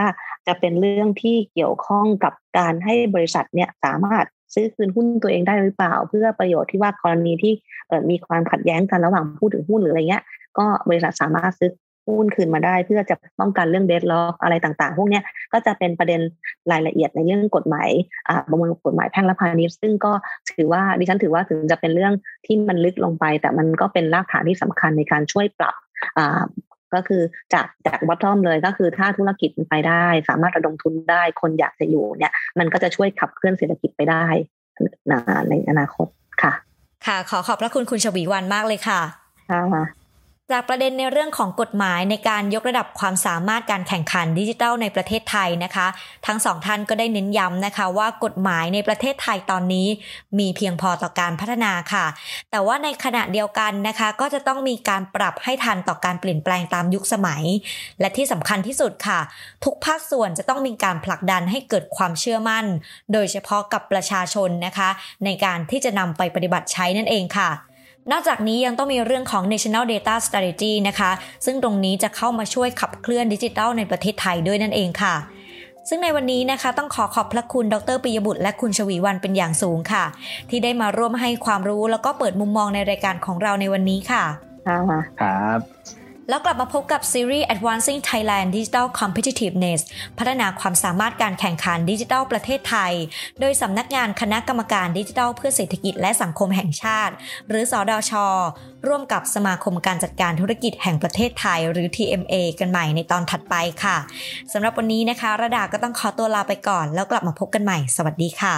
จะเป็นเรื่องที่เกี่ยวข้องกับการให้บริษัทเนี่ยสามารถซื้อคืนหุ้นตัวเองได้หรือเปล่าเพื่อประโยชน์ที่ว่ากรณีที่เอ่อมีความขัดแย้งกันระหว่างผู้ถือหุ้นหรืออะไรเงี้ยก็บริษัทสามารถซื้อหุ้นคืนมาได้เพื่อจะป้องกันเรื่องเดดล็อกอะไรต่างๆพวกนี้ก็จะเป็นประเด็นรายละเอียดในเรื่องกฎหมายอ่าประมวลกฎหมายแพ่งและพาณิชย์ซึ่งก็ถือว่าดิฉันถือว่าถึงจะเป็นเรื่องที่มันลึกลงไปแต่มันก็เป็นรากฐานที่สำคัญในการช่วยปรับอ่าก็คือจากจากบอททอมเลยก็คือถ้าธุรกิจมันไปได้สามารถระดมทุนได้คนอยากจะอยู่เนี่ยมันก็จะช่วยขับเคลื่อนเศรษฐกิจไปได้ในอนาคตค่ะค่ะขอขอบพระคุณคุณชวีวรรณมากเลยค่ะค่ะจากประเด็นในเรื่องของกฎหมายในการยกระดับความสามารถการแข่งขันดิจิทัลในประเทศไทยนะคะทั้งสองท่านก็ได้เน้นย้ำนะคะว่ากฎหมายในประเทศไทยตอนนี้มีเพียงพอต่อการพัฒนาค่ะแต่ว่าในขณะเดียวกันนะคะก็จะต้องมีการปรับให้ทันต่อการเปลี่ยนแปลงตามยุคสมัยและที่สำคัญที่สุดค่ะทุกภาคส่วนจะต้องมีการผลักดันให้เกิดความเชื่อมั่นโดยเฉพาะกับประชาชนนะคะในการที่จะนำไปปฏิบัติใช้นั่นเองค่ะนอกจากนี้ยังต้องมีเรื่องของ National Data Strategy นะคะซึ่งตรงนี้จะเข้ามาช่วยขับเคลื่อนดิจิทัลในประเทศไทยด้วยนั่นเองค่ะซึ่งในวันนี้นะคะต้องขอขอบพระคุณดร.ปิยบุตรและคุณชวีวรรณเป็นอย่างสูงค่ะที่ได้มาร่วมให้ความรู้แล้วก็เปิดมุมมองในรายการของเราในวันนี้ค่ะครับแล้วกลับมาพบกับซีรีส์ Advancing Thailand Digital Competitiveness พัฒนาความสามารถการแข่งขันดิจิทัลประเทศไทยโดยสำนักงานคณะกรรมการดิจิทัลเพื่อเศรษฐกิจและสังคมแห่งชาติหรือสดช.ร่วมกับสมาคมการจัดการธุรกิจแห่งประเทศไทยหรือ ที เอ็ม เอ กันใหม่ในตอนถัดไปค่ะสำหรับวันนี้นะคะระดาก็ต้องขอตัวลาไปก่อนแล้วกลับมาพบกันใหม่สวัสดีค่ะ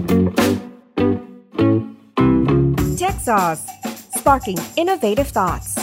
TechSauce, sparking innovative thoughts.